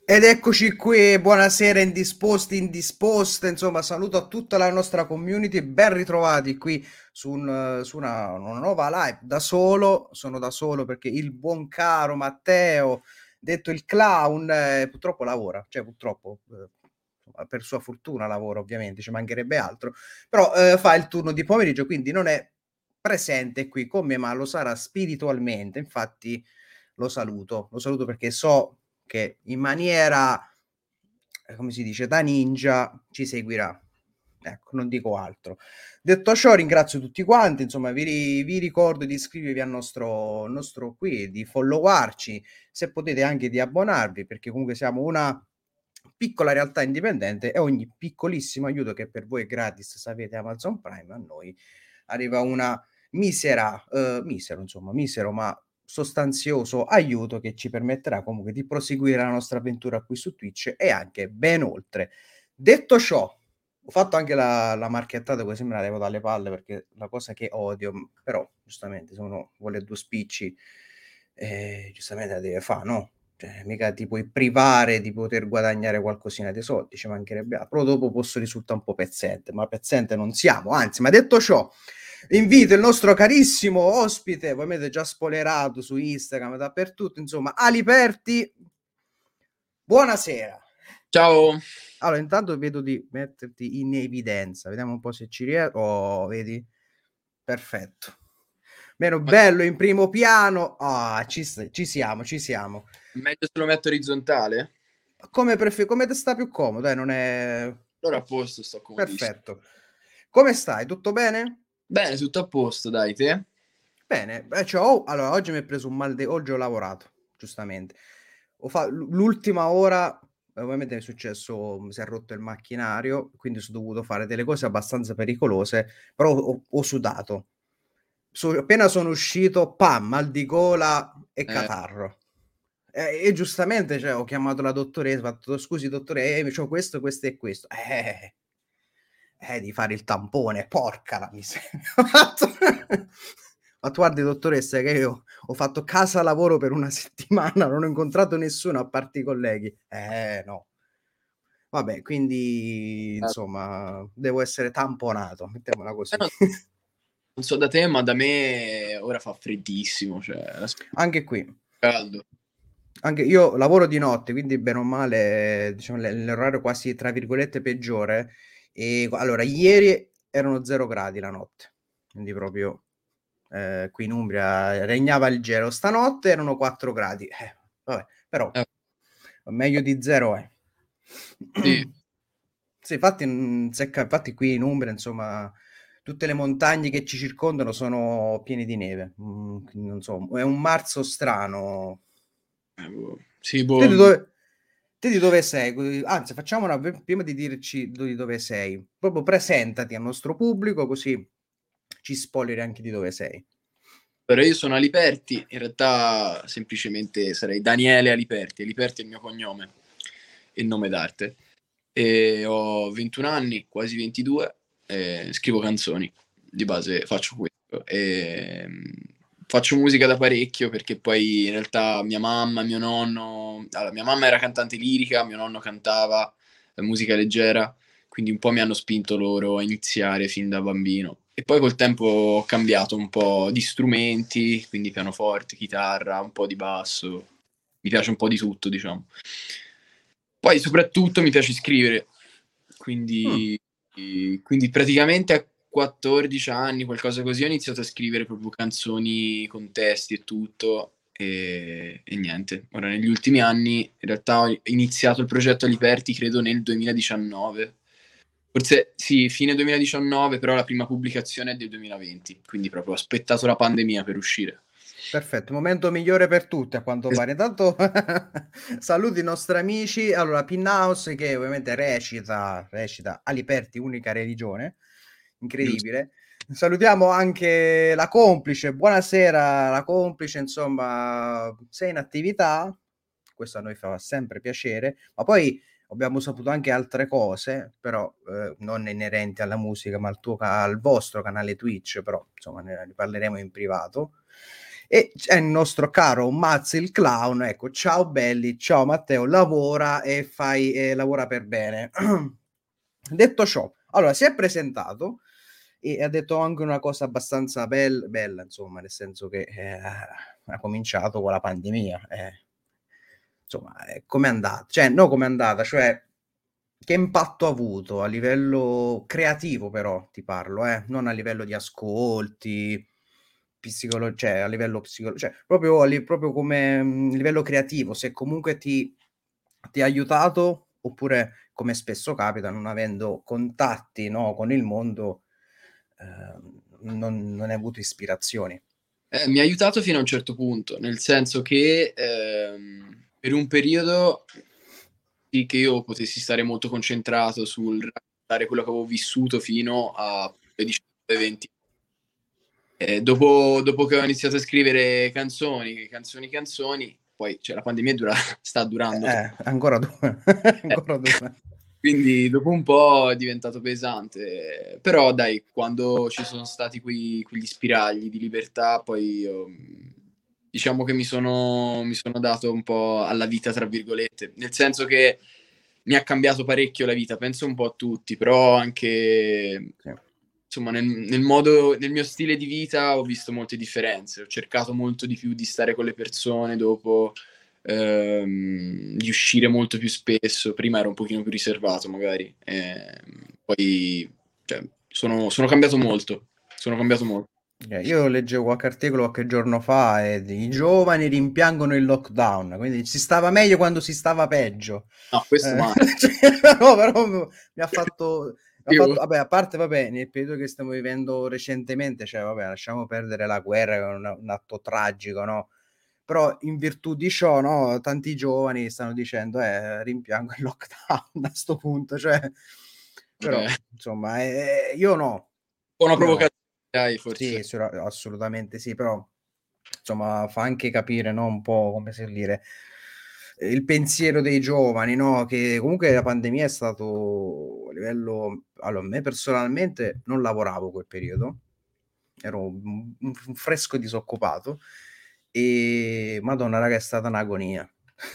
Ed eccoci qui, buonasera indisposti, indisposte, insomma saluto a tutta la nostra community, ben ritrovati qui su una nuova live da solo, sono da solo perché il buon caro Matteo, detto il clown, purtroppo lavora, cioè purtroppo, insomma, per sua fortuna lavora ovviamente, ci mancherebbe altro, però fa il turno di pomeriggio, quindi non è presente qui con me, ma lo sarà spiritualmente, infatti lo saluto perché so che in maniera, come si dice, da ninja ci seguirà. Ecco, non dico altro. Detto ciò, ringrazio tutti quanti, insomma, vi ricordo di iscrivervi al nostro qui, di followarci, se potete anche di abbonarvi, perché comunque siamo una piccola realtà indipendente e ogni piccolissimo aiuto che per voi è gratis, se avete Amazon Prime, a noi arriva una misero ma sostanzioso aiuto che ci permetterà comunque di proseguire la nostra avventura qui su Twitch e anche ben oltre. Detto ciò, ho fatto anche la marchettata così me la levo dalle palle perché la cosa che odio, però giustamente se uno vuole 2 spicci, giustamente la deve fa', no, cioè mica ti puoi privare di poter guadagnare qualcosina dei soldi, ci mancherebbe a però dopo posso risulta un po' pezzente, ma pezzente non siamo, anzi, ma detto ciò, invito il nostro carissimo ospite, voi mi avete già spoilerato su Instagram, dappertutto, insomma, Aliperti, buonasera. Ciao. Allora, intanto vedo di metterti in evidenza, vediamo un po' se ci riesco. Oh, vedi? Perfetto. Meno Ma bello in primo piano. Ah, ci siamo, ci siamo. meglio se lo metto orizzontale? Come ti sta più comodo, non è Allora a posto, sto comodissimo. perfetto. Come stai? Tutto bene? Bene, tutto a posto, dai, te? Bene, cioè, allora, oggi mi è preso un mal de oggi ho lavorato, giustamente. L'ultima ora, ovviamente è successo, mi si è rotto il macchinario, quindi ho dovuto fare delle cose abbastanza pericolose, però ho sudato. Appena sono uscito, pam, mal di gola e Eh, catarro. E giustamente, cioè, ho chiamato la dottoressa, ho fatto: "Scusi dottore, c'ho questo, questo e questo". Di fare il tampone, porca la miseria. Ho fatto: "Guardi dottoressa che io ho fatto casa lavoro per una settimana, non ho incontrato nessuno a parte i colleghi". No. Vabbè, quindi insomma devo essere tamponato, mettiamola così. no, non so da te, ma da me ora fa freddissimo, cioè Anche qui. caldo. Anche io lavoro di notte, quindi bene o male, diciamo l'orario quasi tra virgolette "peggiore", allora ieri erano 0 gradi la notte, quindi proprio, qui in Umbria regnava il gelo. Stanotte erano 4 gradi, vabbè, però Eh, meglio di 0 è. sì, Sì, infatti, secca infatti qui in Umbria, insomma, tutte le montagne che ci circondano sono piene di neve. Quindi non so, è un marzo strano. boh. Sì, Te boh, di dove te di dove sei? Anzi, facciamo una prima di dirci di dove sei, proprio presentati al nostro pubblico, così ci spoileri anche di dove sei. però io sono Aliperti, in realtà semplicemente sarei Daniele Aliperti. Aliperti è il mio cognome e il nome d'arte. E ho 21 anni, quasi 22, e scrivo canzoni, di base faccio questo. Faccio musica da parecchio perché poi in realtà mia mamma, mio nonno, allora mia mamma era cantante lirica, mio nonno cantava musica leggera, quindi un po' mi hanno spinto loro a iniziare fin da bambino. E poi col tempo ho cambiato un po' di strumenti, quindi pianoforte, chitarra, un po' di basso, mi piace un po' di tutto, diciamo. Poi soprattutto mi piace scrivere, Mh, quindi, quindi praticamente a 14 anni, qualcosa così, ho iniziato a scrivere proprio canzoni con testi e tutto. E niente, ora negli ultimi anni in realtà ho iniziato il progetto Aliperti credo nel 2019, forse sì, fine 2019, però la prima pubblicazione è del 2020, quindi proprio ho aspettato la pandemia per uscire. perfetto, momento migliore per tutti a quanto Es pare. Intanto saluto i nostri amici. Allora, Pinhouse che ovviamente recita Aliperti, unica religione, Giusto. incredibile. Salutiamo anche la complice, buonasera la complice, insomma, sei in attività? Questo a noi fa sempre piacere, ma poi abbiamo saputo anche altre cose, però, non inerenti alla musica, ma al vostro canale Twitch, però insomma ne parleremo in privato. E c'è il nostro caro Maz il clown, ecco, ciao belli, ciao Matteo, lavora e lavora per bene. Detto ciò, allora si è presentato e ha detto anche una cosa abbastanza bella insomma, nel senso che, ha cominciato con la pandemia, insomma, com'è andata? Cioè, no com'è andata, cioè che impatto ha avuto a livello creativo però ti parlo, non a livello di ascolti, cioè a livello cioè proprio come, livello creativo, se comunque ti ha aiutato oppure, come spesso capita, non avendo contatti, no, con il mondo, non hai avuto ispirazioni. Mi ha aiutato fino a un certo punto, nel senso che, per un periodo sì che io potessi stare molto concentrato sul raccontare quello che avevo vissuto fino a 19, 20. Dopo che ho iniziato a scrivere canzoni, poi cioè la pandemia sta durando Ancora 2 eh, ancora 2. quindi dopo un po' è diventato pesante. Però dai, quando ci sono stati quegli spiragli di libertà, poi io, diciamo che mi sono dato un po' alla vita, tra virgolette, nel senso che mi ha cambiato parecchio la vita, penso un po' a tutti, però anche Sì. insomma nel mio stile di vita ho visto molte differenze, ho cercato molto di più di stare con le persone dopo, di uscire molto più spesso. Prima ero un pochino più riservato magari, poi cioè sono cambiato molto, sono cambiato molto. Io leggevo qualche articolo qualche giorno fa e i giovani rimpiangono il lockdown, quindi si stava meglio quando si stava peggio. No, questo mai. No, però mi ha fatto, Io vabbè, a parte, vabbè, nel periodo che stiamo vivendo recentemente, cioè, vabbè, lasciamo perdere la guerra, che è un atto tragico, no? Però in virtù di ciò, no, tanti giovani stanno dicendo, rimpiango il lockdown a sto punto, cioè, però, insomma, io no, una io no. provocazione dai, forse. Sì, assolutamente sì, però insomma fa anche capire, no, un po' come si dire, il pensiero dei giovani, no, che comunque la pandemia è stato a livello, allora a me personalmente non lavoravo quel periodo, ero un fresco disoccupato e madonna raga è stata un'agonia.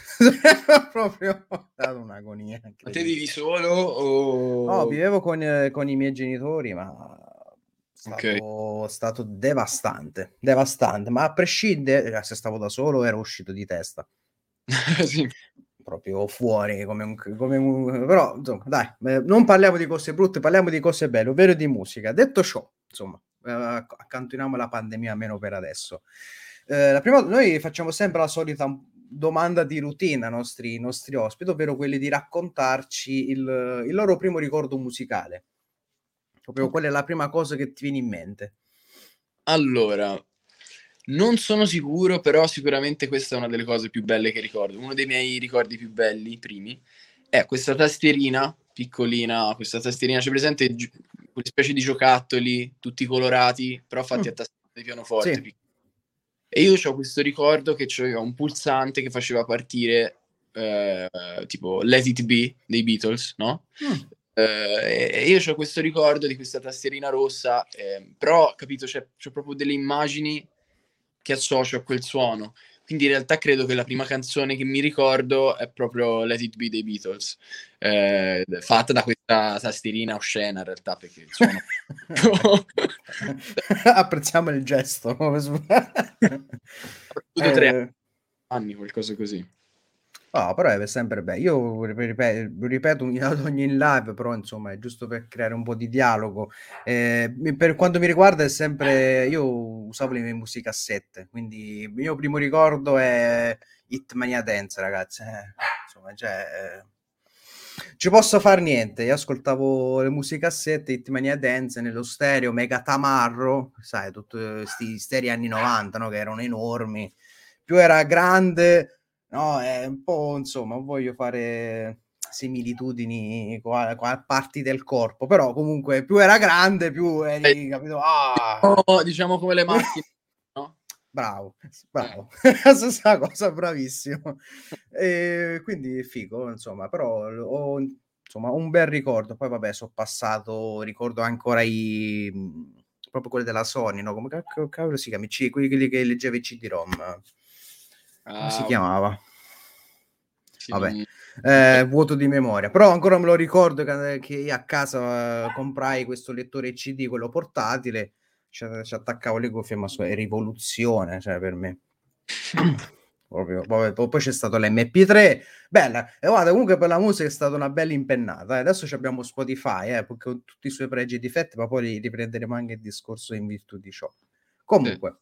Proprio è stata un'agonia Ma te incredibile. vivi solo No, o vivevo con i miei genitori, ma okay. stato devastante, devastante, ma a prescindere, se stavo da solo ero uscito di testa, Sì. proprio fuori come un però insomma dai, non parliamo di cose brutte, parliamo di cose belle, ovvero di musica. Detto ciò, insomma, accantoniamo la pandemia almeno per adesso. La prima noi facciamo sempre la solita domanda di routine ai nostri ospiti, ovvero quelli di raccontarci il loro primo ricordo musicale. Proprio Okay. qual è la prima cosa che ti viene in mente? Allora, non sono sicuro, però sicuramente questa è una delle cose più belle che ricordo. Uno dei miei ricordi più belli, primi, è questa tastierina piccolina, questa tastierina c'hai presente quelle specie di giocattoli tutti colorati, però fatti a Mh, tastiera di pianoforte sì. e io c'ho questo ricordo che c'aveva un pulsante che faceva partire, tipo Let It Be dei Beatles, no, Mh. e io c'ho questo ricordo di questa tastierina rossa, però capito, c'ho proprio delle immagini che associo a quel suono. Quindi in realtà credo che la prima canzone che mi ricordo è proprio Let It Be dei Beatles, fatta da questa tastierina oscena in realtà, perché il suono Vabbè. Apprezziamo il gesto come avrò avuto 3 ehm, anni, qualcosa così. no, però è sempre io ripeto ad ogni live, però insomma è giusto per creare un po' di dialogo. Per quanto mi riguarda è sempre io usavo le mie musicassette, quindi il mio primo ricordo è Hitmania Dance ragazzi, insomma cioè, ci posso far niente. Io ascoltavo le musicassette Hitmania Dance nello stereo Mega Tamarro, sai tutti 'sti stereo anni '90, no, che erano enormi. Più era grande, no, è un po' insomma, non voglio fare similitudini co a parti del corpo, però comunque più era grande più Eh, eri capito, ah! diciamo come le macchine, no, Bravo, eh. bravo. La stessa cosa, bravissimo. Quindi figo, insomma, però ho insomma un bel ricordo. Poi vabbè, ricordo ancora proprio quelle della Sony, no? Come cavolo si chiama? Quelli che leggeva i CD-ROM. Come si Ah, chiamava? sì, Vabbè, non... vuoto di memoria. Però ancora me lo ricordo che io a casa comprai questo lettore CD, quello portatile, ci attaccavo le cuffie, ma è rivoluzione, cioè per me. Proprio, vabbè, poi c'è stato l'MP3, bella, e guarda, comunque per la musica è stata una bella impennata. Adesso abbiamo Spotify, con tutti i suoi pregi e difetti, ma poi riprenderemo anche il discorso in virtù di ciò. Sì. Comunque,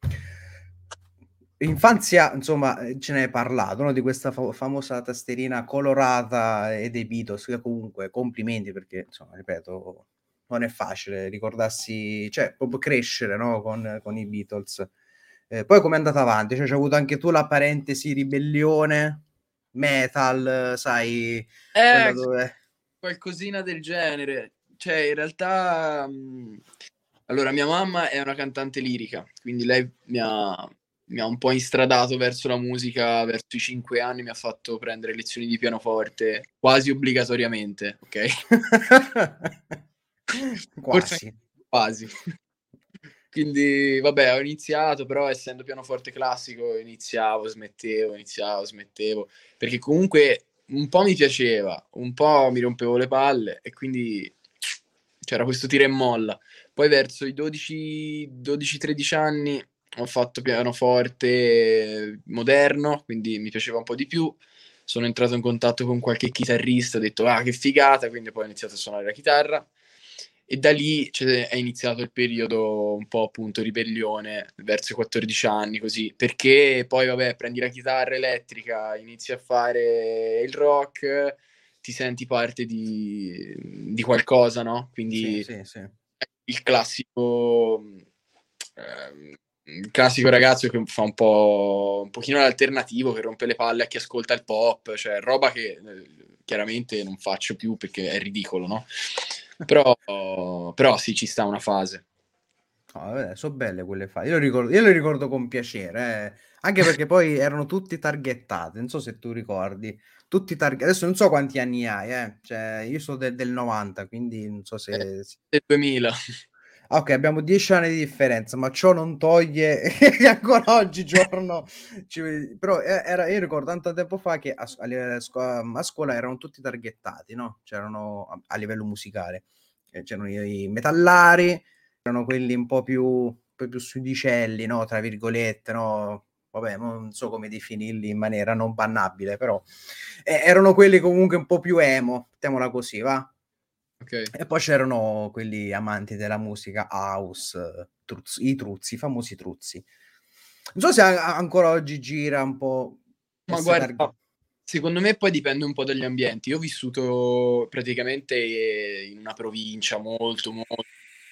infanzia, insomma, ce ne hai parlato, no? Di questa famosa tasterina colorata e dei Beatles, che comunque complimenti perché, insomma, ripeto, non è facile ricordarsi, cioè, proprio crescere, no? Con i Beatles. Poi come è andata avanti? Cioè, c'hai avuto anche tu la parentesi ribellione, metal, sai, quella Eh, dove... qualcosina del genere. Cioè, in realtà, allora, mia mamma è una cantante lirica, quindi lei mi ha un po' instradato verso la musica, verso i 5 anni mi ha fatto prendere lezioni di pianoforte quasi obbligatoriamente, ok? Forse Quasi. quasi. Quindi, vabbè, ho iniziato, però essendo pianoforte classico, iniziavo, smettevo, perché comunque un po' mi piaceva, un po' mi rompevo le palle e quindi c'era questo tira e molla. Poi verso i 12-13 anni ho fatto pianoforte moderno, quindi mi piaceva un po' di più. Sono entrato in contatto con qualche chitarrista, ho detto, ah, che figata, quindi poi ho iniziato a suonare la chitarra. E da lì è iniziato il periodo un po' appunto ribellione verso i 14 anni, così, perché poi vabbè, prendi la chitarra elettrica, inizi a fare il rock, ti senti parte di qualcosa, no? Sì, Quindi sì, sì. il classico, il classico ragazzo che fa un pochino l'alternativo, che rompe le palle a chi ascolta il pop, cioè roba che chiaramente non faccio più perché è ridicolo, no? Però sì, ci sta una fase. No, vabbè, so belle quelle fasi. Io le ricordo con piacere, anche perché poi erano tutti targettati. Non so se tu ricordi, tutti targettati. Adesso non so quanti anni hai, Cioè, io sono del 90, quindi non so È se. del 2000. Ah, ok, abbiamo 10 anni di differenza, ma ciò non toglie che ancora oggigiorno. Però io ricordo tanto tempo fa che a scuola erano tutti targettati, no? C'erano a livello musicale. C'erano i metallari, erano quelli un po' più sudicelli, no? Tra virgolette, no? Vabbè, non so come definirli in maniera non bannabile, però erano quelli comunque un po' più emo, mettiamola così, va? Ok. E poi c'erano quelli amanti della musica house, i famosi truzzi. Non so se ancora oggi gira un po' Ma queste guarda, targhe. secondo me poi dipende un po' dagli ambienti. Io ho vissuto praticamente in una provincia molto, molto...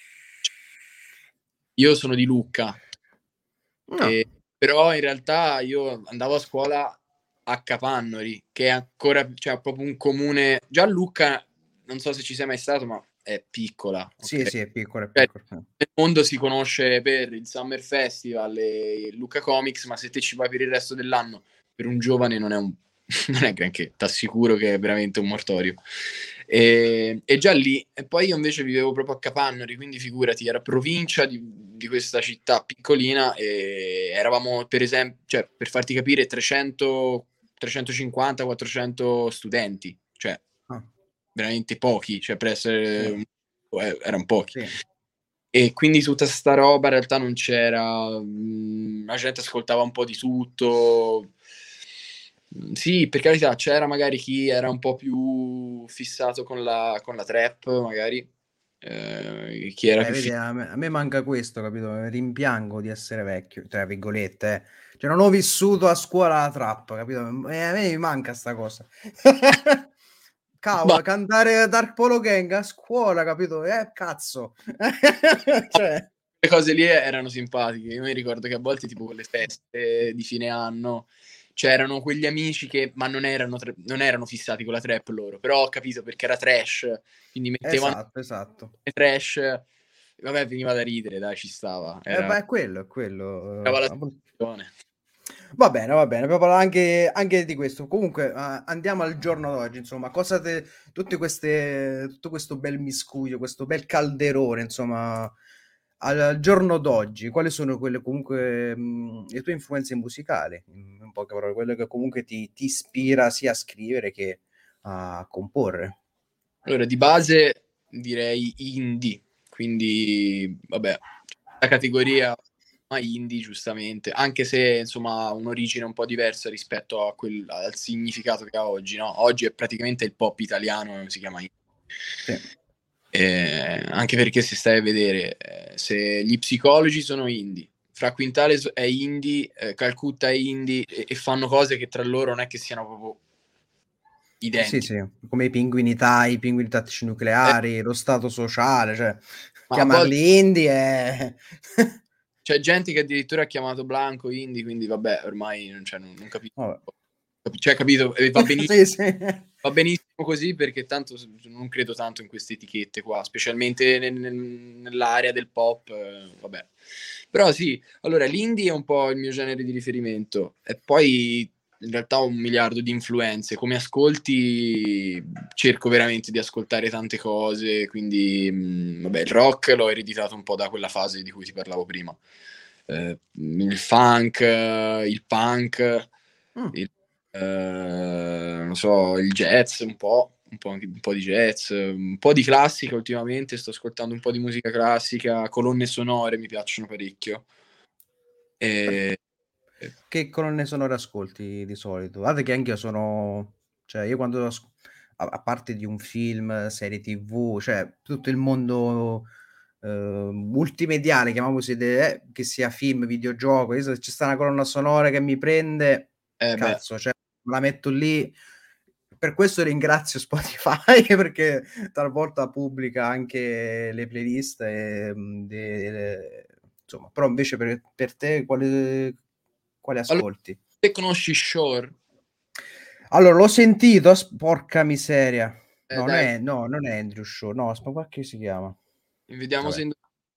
Io sono di Lucca, No, però in realtà io andavo a scuola a Capannori, che è ancora, cioè, proprio un comune... Già Lucca, non so se ci sei mai stato, ma è piccola, sì, ok? sì, è piccolo, è Cioè, piccolo. nel mondo si conosce per il Summer Festival e il Lucca Comics, ma se te ci vai per il resto dell'anno, per un giovane non è un non è granché, ti assicuro che è veramente un mortorio. E già lì, e poi io invece vivevo proprio a Capannori, quindi figurati, era provincia di questa città piccolina e eravamo, per esempio, cioè, per farti capire, 300, 350, 400 studenti, cioè Ah, veramente pochi, cioè per sì, essere erano pochi. sì. E quindi tutta sta roba in realtà non c'era, la gente ascoltava un po' di tutto. Sì, per carità, c'era magari chi era un po' più fissato con la trap, magari, chi era più Vedi, fissato. a me manca questo, capito? Rimpiango di essere vecchio, tra virgolette. Cioè, non ho vissuto a scuola la trap, capito? E a me mi manca sta cosa. Ma Cavolo, cantare Dark Polo Gang a scuola, capito? Cazzo. Cioè, le cose lì erano simpatiche. Io mi ricordo che a volte, tipo con le feste di fine anno, c'erano quegli amici che, ma non erano fissati con la trap loro, però ho capito perché era trash, quindi mettevano esatto, esatto. trash, vabbè, veniva da ridere, dai, ci stava, Beh, è quello. era la situazione. Va bene, proprio anche di questo. Comunque, andiamo al giorno d'oggi, insomma, tutto questo bel miscuglio, questo bel calderone, insomma, al giorno d'oggi, quali sono quelle comunque le tue influenze musicali? In poche parole, quelle che comunque ti ispira sia a scrivere che a comporre. Allora, di base direi indie, quindi vabbè, la categoria indie giustamente, anche se insomma ha un'origine un po' diversa rispetto al significato che ha oggi, no? Oggi è praticamente il pop italiano, si chiama indie. Sì. Anche perché se stai a vedere, se gli psicologi sono indie, Fra Quintale è indie, Calcutta è indie e fanno cose che tra loro non è che siano proprio Sì, identiche. sì, come i pinguini tattici Eh, nucleari, lo stato sociale, cioè ma a volte chiamarli indie è c'è gente che addirittura ha chiamato Blanco indie, quindi vabbè, ormai non capisco. vabbè. Cioè, capito? Sì, sì. Va benissimo così perché tanto non credo tanto in queste etichette qua, specialmente nell'area del pop, vabbè. Però sì, allora l'indie è un po' il mio genere di riferimento e poi in realtà ho 1 miliardo di influenze. Come ascolti cerco veramente di ascoltare tante cose, quindi vabbè, il rock l'ho ereditato un po' da quella fase di cui ti parlavo prima. Il funk, il punk, Mh. il, non so, il jazz un po' di jazz, un po' di classica ultimamente, sto ascoltando un po' di musica classica, colonne sonore mi piacciono parecchio. E, Che colonne sonore ascolti di solito? Guarda che anch'io sono cioè io quando a parte di un film, serie TV, cioè tutto il mondo, multimediale, chiamiamosi che sia film, videogioco, io se ci sta una colonna sonora che mi prende, beh, cazzo, cioè la metto lì. Per questo ringrazio Spotify perché talvolta pubblica anche le playlist, de insomma, però invece per te quale allora, ascolti? te conosci Shore? Allora l'ho sentito, porca miseria. Dai, Non è Andrew Shaw, no, che si chiama? vediamo se Vabbè.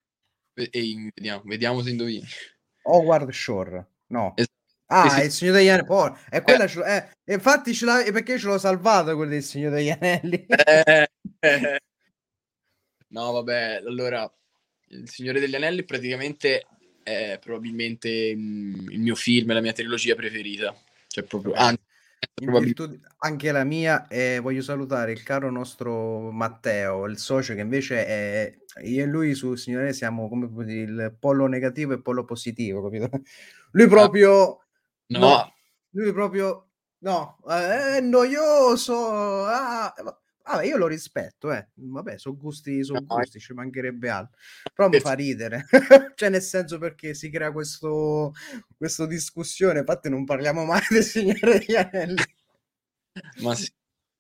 vediamo se indovini. Howard Shore, no. Es sì, Ah, sì, Il Signore degli Ane poi e eh, quella ce l'ho infatti ce l'ha perché ce l'ho salvata quella del Signore degli Anelli. eh, eh. No, vabbè, allora, Il Signore degli Anelli praticamente è probabilmente, il mio film, la mia trilogia preferita. Cioè proprio Vabbè, anzi, in virtù di anche la mia, e voglio salutare il caro nostro Matteo, il socio che invece è io e lui su Signore siamo come puoi dire, il polo negativo e il polo positivo, capito? Lui ah, proprio no, no, lui proprio no, è noioso, vabbè io lo rispetto, vabbè so' no, gusti, ci mancherebbe altro, però mi fa ridere, cioè nel senso perché si crea questo discussione, infatti non parliamo mai del Signore degli Anelli. ma sì.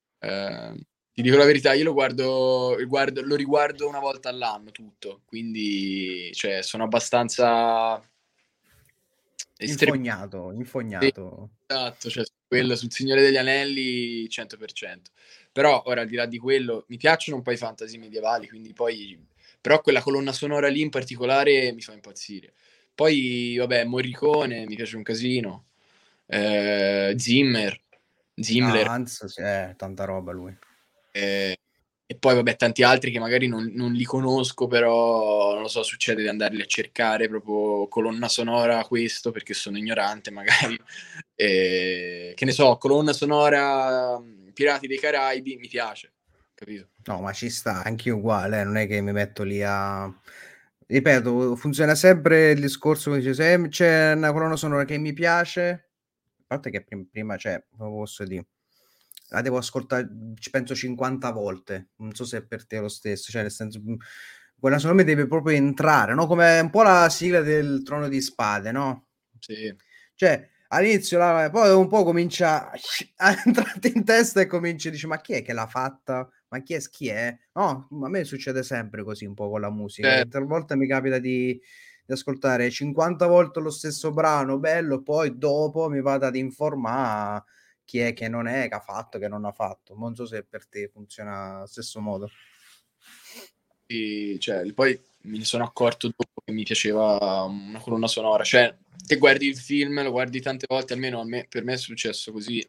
Ti dico la verità, io lo riguardo 1 volta all'anno tutto, quindi cioè sono abbastanza estrem sì, Infognato. esatto, cioè su quello, sul Signore degli Anelli 100%. Però ora al di là di quello, mi piacciono un po' i fantasy medievali, quindi poi però quella colonna sonora lì in particolare mi fa impazzire. Poi vabbè, Morricone mi piace un casino, Zimmer, Ah, Hans sì, tanta roba lui. ehm, e poi vabbè tanti altri che magari non li conosco, però non lo so, succede di andarli a cercare proprio colonna sonora questo, perché sono ignorante magari. Che ne so, colonna sonora Pirati dei Caraibi, mi piace, capito? No, ma ci sta, anch'io uguale, non è che mi metto lì a ripeto, funziona sempre il discorso che dice: "Se c'è una colonna sonora che mi piace", a parte che prima cioè, come posso dì, la devo ci penso 50 volte. Non so se per te è lo stesso, cioè nel senso, quella secondo me deve proprio entrare, no, come un po' la sigla del Trono di Spade, no? Sì. Cioè, all'inizio poi dopo un po' comincia a entrarti in testa e cominci dici: "Ma chi è che l'ha fatta? Ma chi è?" No, a me succede sempre così un po' con la musica, Cioè, che talvolta mi capita di ascoltare 50 volte lo stesso brano bello, poi dopo mi vado ad informare chi è che non è, che ha fatto, che non ha fatto. Non so se per te funziona allo stesso modo. cioè, poi me ne sono accorto dopo che mi piaceva una colonna sonora. Cioè, te guardi il film, lo guardi tante volte, almeno per me è successo così.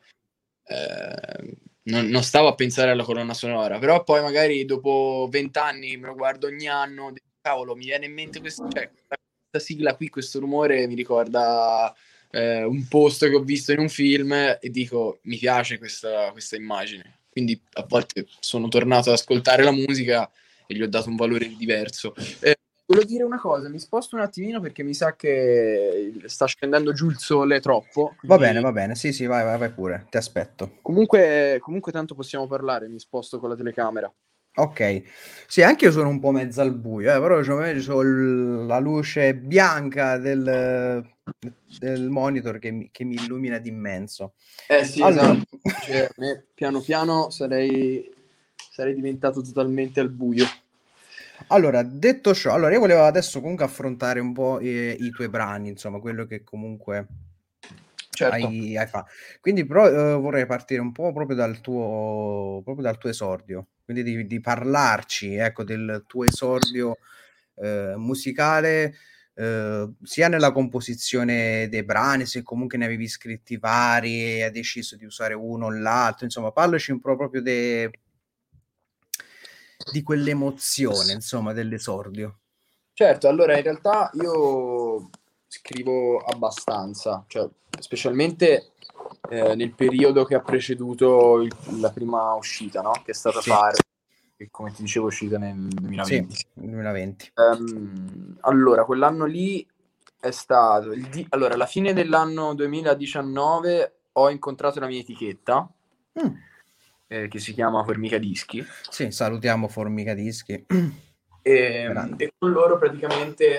Non stavo a pensare alla colonna sonora, però poi magari dopo 20 anni me lo guardo ogni anno, cavolo, mi viene in mente questa sigla qui, questo rumore mi ricorda un posto che ho visto in un film e dico, mi piace questa immagine. Quindi a volte sono tornato ad ascoltare la musica e gli ho dato un valore diverso. Volevo dire una cosa, mi sposto un attimino perché mi sa che sta scendendo giù il sole troppo, quindi Va bene, sì, sì, vai pure, ti aspetto. comunque tanto possiamo parlare, mi sposto con la telecamera. Ok, sì, anche io sono un po' mezzo al buio, però c'ho la luce bianca del monitor che mi illumina d'immenso. Eh sì, Allora, esatto. Cioè, a me piano piano sarei diventato totalmente al buio. allora, detto ciò, allora io volevo adesso comunque affrontare un po' i tuoi brani, insomma, quello che comunque Certo. hai fatto. Quindi però vorrei partire un po' proprio dal tuo esordio, quindi di parlarci, ecco, del tuo esordio musicale, sia nella composizione dei brani, se comunque ne avevi scritti vari e hai deciso di usare uno o l'altro, insomma, parlaci un po' proprio di quell'emozione, insomma, dell'esordio. Certo, allora in realtà io scrivo abbastanza, cioè specialmente nel periodo che ha preceduto la prima uscita, no? Che è stata Sì, Fire, che come ti dicevo è uscita nel sì, 2020. 2020. Allora, quell'anno lì è stato allora, alla fine dell'anno 2019 ho incontrato la mia etichetta, Mm, che si chiama Formica Dischi, sì, salutiamo Formica Dischi. Grande. e con loro praticamente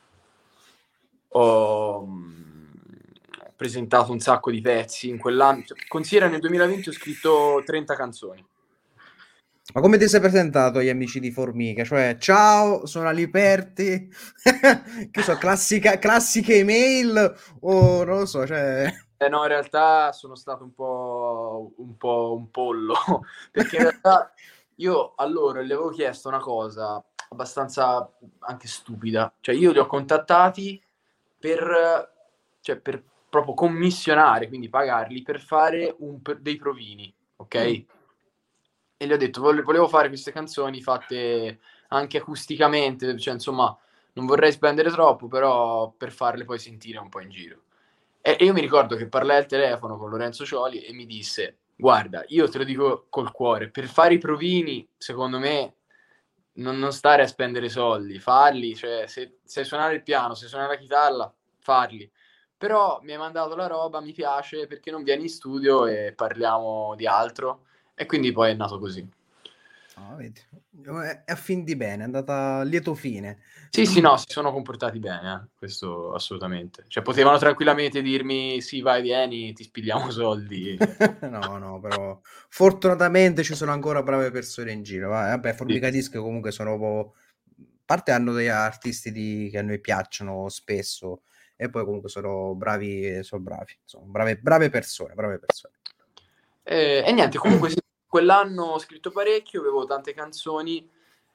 ho presentato un sacco di pezzi in quell'anno. Cioè, considera nel 2020 ho scritto 30 canzoni. Ma come ti sei presentato agli amici di Formica? Cioè, ciao, sono Aliperti, che so, classiche email o non lo so, cioè... No, in realtà sono stato un pollo, perché in realtà io a loro gli avevo chiesto una cosa abbastanza anche stupida. Cioè io li ho contattati per, cioè, per proprio commissionare, quindi pagarli per fare dei provini, ok? Mm. E gli ho detto, volevo fare queste canzoni fatte anche acusticamente, cioè insomma, non vorrei spendere troppo, però per farle poi sentire un po' in giro. E io mi ricordo che parlai al telefono con Lorenzo Cioli e mi disse, guarda, io te lo dico col cuore, per fare i provini, secondo me, non stare a spendere soldi, farli, cioè se sai suonare il piano, se suonare la chitarra, farli. Però mi hai mandato la roba, mi piace, perché non vieni in studio e parliamo di altro? E quindi poi è nato così. Ah, vedi. È a fin di bene, è andata a lieto fine. Sì, sì, no, si sono comportati bene, questo assolutamente. Cioè, potevano tranquillamente dirmi, sì, vai, vieni, ti spigliamo soldi. No, no, però fortunatamente ci sono ancora brave persone in giro. Vabbè, Sì. Formica Disc comunque sono a parte hanno degli artisti che a noi piacciono spesso e poi comunque sono bravi, insomma, brave persone, brave persone. E niente, comunque sì, quell'anno ho scritto parecchio, avevo tante canzoni.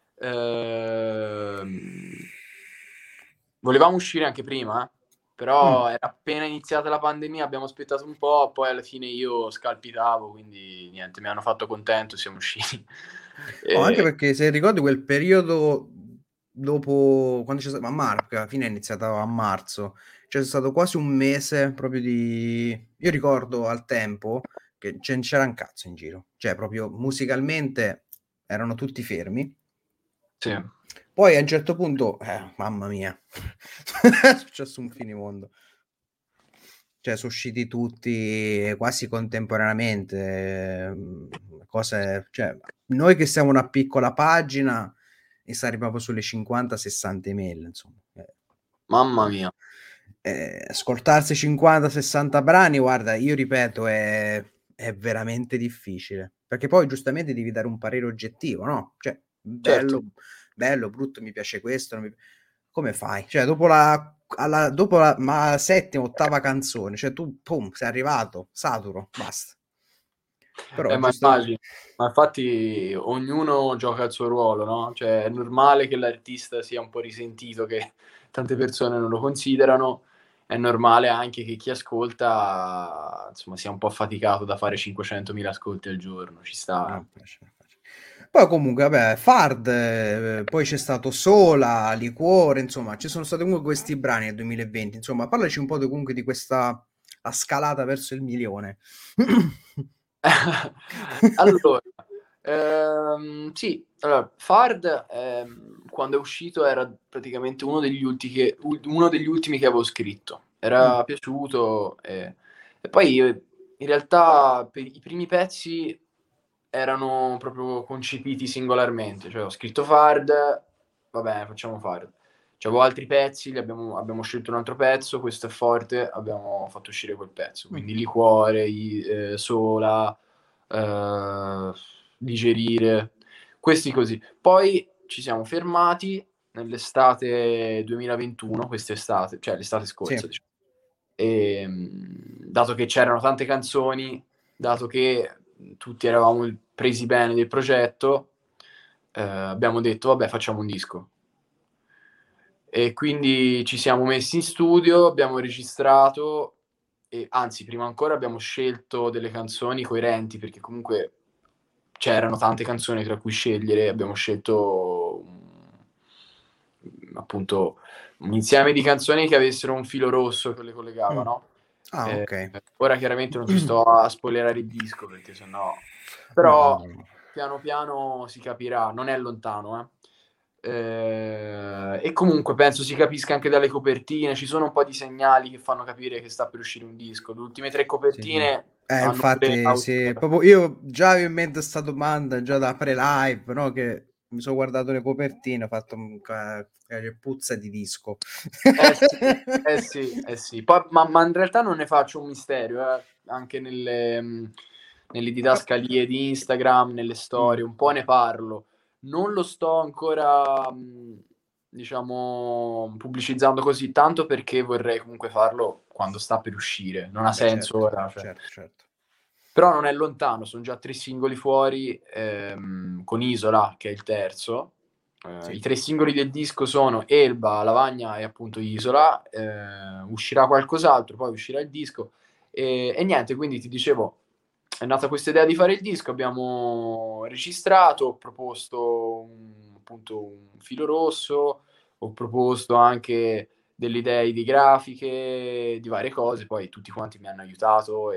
ehm, Volevamo uscire anche prima, Mm. però era appena iniziata la pandemia, abbiamo aspettato un po', poi alla fine io scalpitavo, quindi niente, mi hanno fatto contento e siamo usciti. Oh, anche E- perché se ricordi quel periodo dopo, quando c'è stato, a marzo, che alla fine è iniziata a marzo, c'è stato quasi un mese proprio di... Io ricordo al tempo che c'era un cazzo in giro, cioè proprio musicalmente erano tutti fermi. sì. Poi a un certo punto, mamma mia, è successo un finimondo. Cioè, sono usciti tutti quasi contemporaneamente, cose, cioè, noi che siamo una piccola pagina e sta arrivando sulle 50-60 email, insomma. Mamma mia. Ascoltarsi 50-60 brani, guarda, io ripeto, è veramente difficile, perché poi giustamente devi dare un parere oggettivo, no? Cioè, Certo. bello, brutto, mi piace questo, non mi... come fai? Cioè, ma settima, ottava canzone, cioè tu, pum, sei arrivato, saturo, basta. Però Ma giustamente... immagino. Ma infatti ognuno gioca il suo ruolo, no? Cioè è normale che l'artista sia un po' risentito, che tante persone non lo considerano, è normale anche che chi ascolta, insomma, sia un po' affaticato da fare 500.000 ascolti al giorno, ci sta. No, facile. Poi comunque, vabbè, Fard, poi c'è stato Sola, Liquore, insomma, ci sono stati comunque questi brani nel 2020, insomma, parlaci un po' comunque di questa la scalata verso il milione. Allora, sì, allora, Fard, quando è uscito era praticamente uno degli ultimi che avevo scritto. Mm, Era piaciuto, e poi in realtà i primi pezzi erano proprio concepiti singolarmente, cioè ho scritto Fard, va bene, facciamo Fard. C'avevo altri pezzi, abbiamo scelto un altro pezzo, questo è forte, abbiamo fatto uscire quel pezzo. mm. Quindi Liquore, Sola, eh, Digerire, questi così. Poi ci siamo fermati nell'estate 2021, quest'estate, cioè l'estate Sì, scorsa, diciamo. E, dato che c'erano tante canzoni, dato che tutti eravamo presi bene del progetto, abbiamo detto, vabbè, facciamo un disco. E quindi ci siamo messi in studio, abbiamo registrato e anzi, prima ancora abbiamo scelto delle canzoni coerenti, perché comunque c'erano tante canzoni tra cui scegliere, abbiamo scelto appunto un insieme di canzoni che avessero un filo rosso che le collegava, mm. no? Ah, Eh, ok. ora chiaramente non ti sto a spoilerare il disco perché sennò... No, Però no, no. piano piano si capirà, non è lontano, eh. E comunque penso si capisca anche dalle copertine, ci sono un po' di segnali che fanno capire che sta per uscire un disco. Le ultime tre Sì, sì. copertine hanno pure Infatti, sì, proprio io già avevo in mente questa domanda già da pre-live, no? Che mi sono guardato le copertine, ho fatto puzza di disco. Sì, sì, sì. Poi, ma in realtà non ne faccio un misterio, anche nelle didascalie di Instagram, nelle Mm, storie, un po' ne parlo. Non lo sto ancora, diciamo, pubblicizzando così tanto perché vorrei comunque farlo quando sta per uscire. Non ha beh, senso certo, ora, cioè. certo, certo. Però non è lontano, sono già 3 singoli fuori, con Isola, che è il terzo. Sì. I 3 singoli del disco sono Elba, Lavagna e appunto Isola. Uscirà qualcos'altro, poi uscirà il disco. E niente, quindi ti dicevo, è nata questa idea di fare il disco, abbiamo registrato, ho proposto appunto un filo rosso, ho proposto anche delle idee di grafiche, di varie cose, poi tutti quanti mi hanno aiutato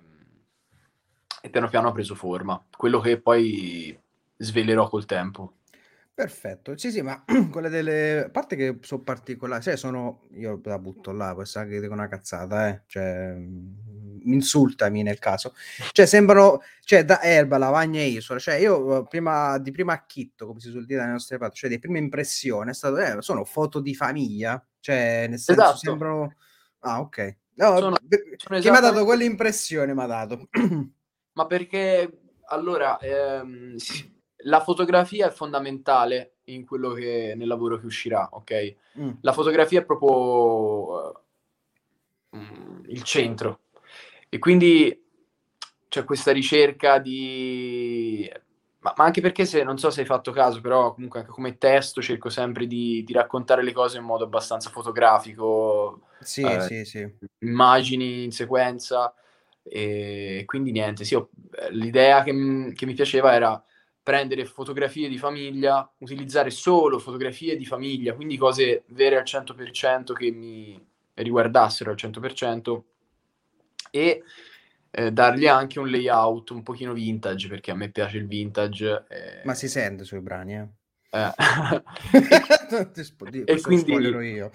e piano piano ha preso forma. Quello che poi svelerò col tempo. Perfetto, sì, sì, ma quelle delle a parte che sono particolari, cioè sono io la butto là, può essere che dico una cazzata, cioè insultami nel caso. Cioè sembrano, cioè da Erba, Lavagna e Isola, cioè io prima di primo acchitto, come si suol dire dalle nostre parti, cioè di prima impressione è stato sono foto di famiglia, cioè nel senso Esatto, sembrano ah, ok. No, sono sono chi m'ha dato esattamente quell'impressione m'ha dato. ma perché allora, la fotografia è fondamentale in quello che nel lavoro che uscirà, okay, Mh, la fotografia è proprio, il centro. E quindi c'è questa ricerca di ma anche perché se non so se hai fatto caso, però comunque anche come testo cerco sempre di raccontare le cose in modo abbastanza fotografico, sì, ehm, sì, sì. immagini in sequenza, quindi niente, sì, l'idea che mi piaceva era prendere fotografie di famiglia, utilizzare solo fotografie di famiglia, quindi cose vere al 100% che mi riguardassero al 100% e, dargli anche un layout un pochino vintage, perché a me piace il vintage, Ma si sente sui brani, eh. eh. E qui e Questo lo quindi spoilerò io.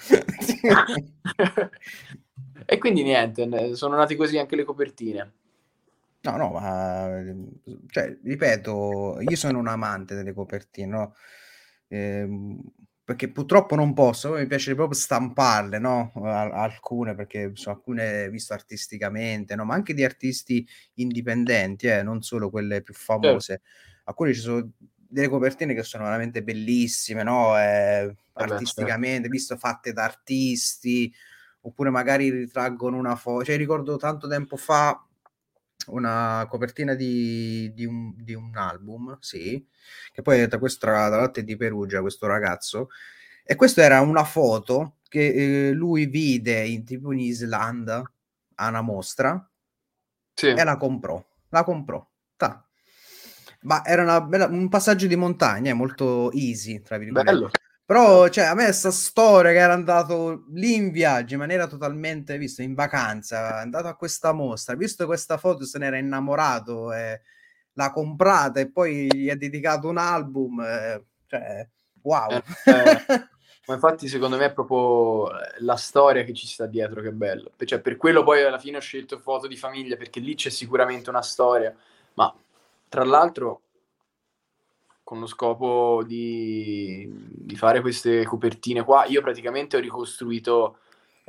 e quindi niente, sono nati così anche le copertine. No, no, ma cioè, ripeto, io sono un amante delle copertine, no? Ehm, perché purtroppo non posso, poi mi piace proprio stamparle, no? Alcune, perché sono alcune visto artisticamente, no? Ma anche di artisti indipendenti, non solo quelle più Certo, famose. Alcune ci sono delle copertine che sono veramente bellissime, no? eh beh, certo. Artisticamente, visto fatte da artisti, oppure magari ritraggono una cioè ricordo tanto tempo fa una copertina di un album, sì, che poi tra questo tra l'altro è di Perugia questo ragazzo, e questo era una foto che, lui vide in tipo in Islanda a una mostra Sì, e la comprò, ta. Ma era un passaggio di montagna, molto easy, tra Bello. virgolette. Però, cioè, a me sta storia che era andato lì in viaggio in maniera totalmente, visto, in vacanza, è andato a questa mostra, visto questa foto, se n'era innamorato, l'ha comprata e poi gli ha dedicato un album, cioè, wow. Ma infatti secondo me è proprio la storia che ci sta dietro che è bello. Cioè, per quello poi alla fine ho scelto foto di famiglia, perché lì c'è sicuramente una storia. Ma tra l'altro con lo scopo di fare queste copertine qua, io praticamente ho ricostruito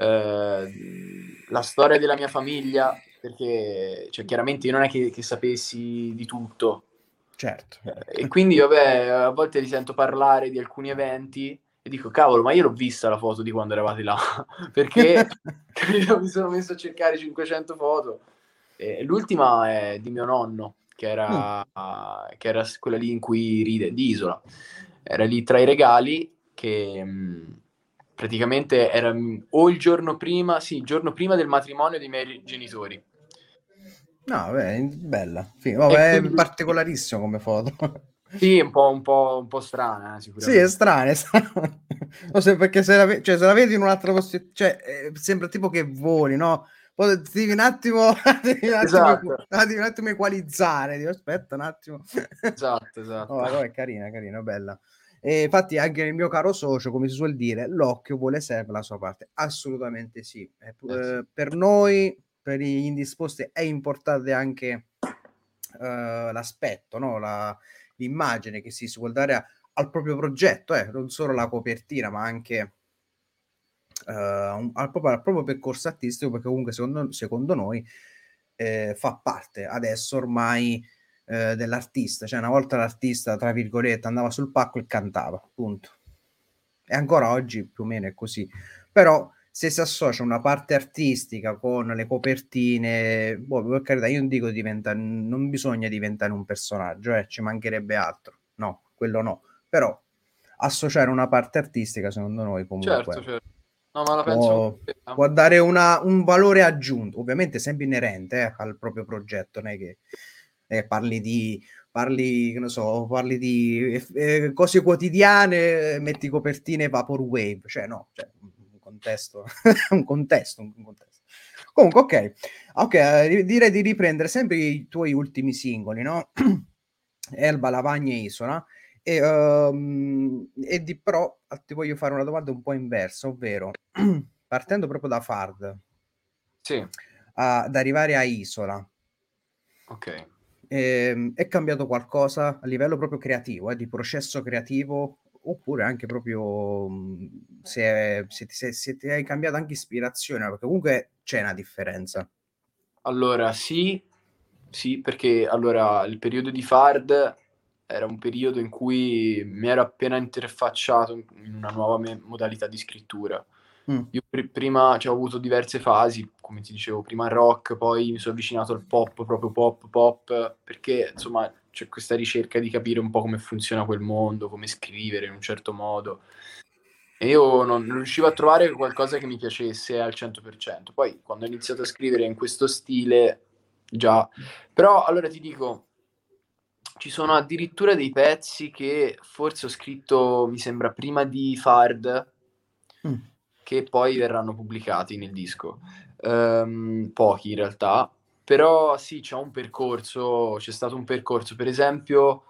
la storia della mia famiglia, perché cioè, chiaramente io non è che sapessi di tutto. Certo. E quindi, vabbè, a volte li sento parlare di alcuni eventi e dico, cavolo, ma io l'ho vista la foto di quando eravate là, perché capito, mi sono messo a cercare 500 foto. E l'ultima è di mio nonno, Mm. che era quella lì in cui ride, di Isola. Era lì tra i regali che praticamente era o il giorno prima, sì, il giorno prima del matrimonio dei miei genitori. No, beh, bella. E Vabbè, è quindi particolarissimo come foto. sì, un po' strana, Sì, è sicuramente. strano, è strano. Non so, perché cioè, se la vedi in un'altra posizione, cioè, sembra tipo che voli, no? Poi devi un attimo, Esatto, devi un attimo equalizzare. Dico, aspetta un attimo. esatto, No, esatto. vabbè, è carina, carina, bella. E infatti anche il mio caro socio, come si suol dire, l'occhio vuole sempre la sua parte. Assolutamente sì. Sì. Per noi, per gli indisposti, è importante anche l'aspetto, no? L'immagine che si vuol dare al proprio progetto, non solo la copertina, ma anche al proprio percorso artistico, perché comunque secondo noi fa parte adesso ormai dell'artista. Cioè, una volta l'artista, tra virgolette, andava sul palco e cantava, punto. E ancora oggi più o meno è così. Però se si associa una parte artistica con le copertine, boh, per carità, io non dico non bisogna diventare un personaggio, ci mancherebbe altro. No, quello no. Però associare una parte artistica, secondo noi, Certo, comunque certo. No, ma la penso può, come te, eh. può dare un valore aggiunto, ovviamente sempre inerente al proprio progetto, non è che che ne so, parli di cose quotidiane, metti copertine vaporwave, cioè no, cioè un contesto, un contesto. Comunque, ok, direi di riprendere sempre i tuoi ultimi singoli, no? Elba, Lavagna e Isola. E di però ti voglio fare una domanda un po' inversa, ovvero partendo proprio da Fard Sì, ad arrivare a Isola, ok. è cambiato qualcosa a livello proprio creativo, di processo creativo, oppure anche proprio se ti hai cambiato anche ispirazione, perché comunque c'è una differenza. Allora, sì, sì, perché allora il periodo di Fard era un periodo in cui mi ero appena interfacciato in una nuova modalità di scrittura. Mm. Io prima cioè, ho avuto diverse fasi, come ti dicevo, prima il rock, poi mi sono avvicinato al pop, proprio pop, pop, perché insomma c'è questa ricerca di capire un po' come funziona quel mondo, come scrivere in un certo modo. E io non riuscivo a trovare qualcosa che mi piacesse al 100%. Poi quando ho iniziato a scrivere in questo stile, già. Però allora ti dico, ci sono addirittura dei pezzi che forse ho scritto, mi sembra, prima di Fard, Mm. che poi verranno pubblicati nel disco. Pochi in realtà, però sì, c'è stato un percorso. Per esempio,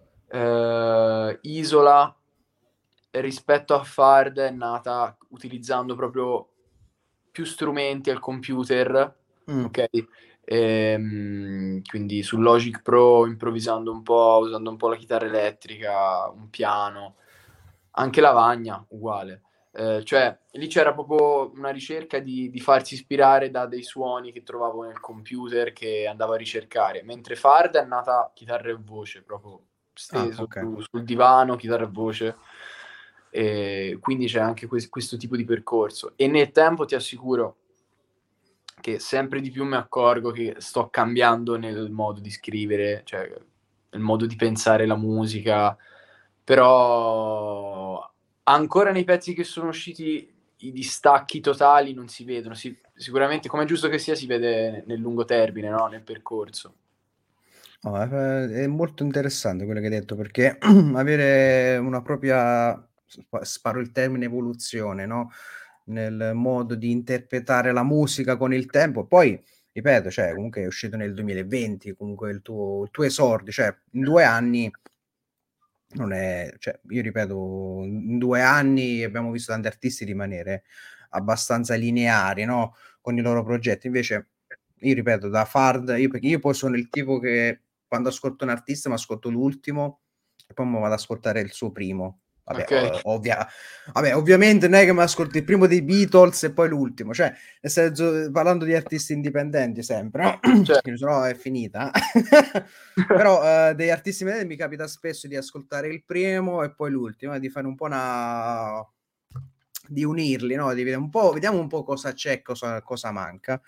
Isola rispetto a Fard è nata utilizzando proprio più strumenti al computer, Mm. ok? Quindi su Logic Pro improvvisando un po', usando un po' la chitarra elettrica, un piano, anche Lavagna uguale. Cioè lì c'era proprio una ricerca di farsi ispirare da dei suoni che trovavo nel computer che andavo a ricercare, mentre Fard è nata chitarra e voce, proprio Ah, steso ok. sul divano, chitarra e voce. E quindi c'è anche questo tipo di percorso. E nel tempo ti assicuro che sempre di più mi accorgo che sto cambiando nel modo di scrivere, cioè nel modo di pensare la musica, però ancora nei pezzi che sono usciti i distacchi totali non si vedono, sicuramente come è giusto che sia si vede nel lungo termine, no? Nel percorso. No, è molto interessante quello che hai detto, perché avere una propria, sparo il termine evoluzione, no, nel modo di interpretare la musica con il tempo. Poi, ripeto, cioè comunque è uscito nel 2020, comunque il tuo esordio, cioè in 2 anni non è, cioè io ripeto, in 2 anni abbiamo visto tanti artisti rimanere abbastanza lineari, no, con i loro progetti. Invece io ripeto, da Fard, perché io poi sono il tipo che quando ascolto un artista m'ascolto l'ultimo e poi mo vado ad ascoltare il suo primo. Vabbè, Ok, ovviamente non è che m'ascolto il primo dei Beatles e poi l'ultimo, cioè nel senso, parlando di artisti indipendenti sempre, no, cioè, che sennò è finita. Però, degli artisti indipendenti mi capita spesso di ascoltare il primo e poi l'ultimo, e di fare un po' una, di unirli, no, di vedere un po', vediamo un po' cosa c'è, cosa manca.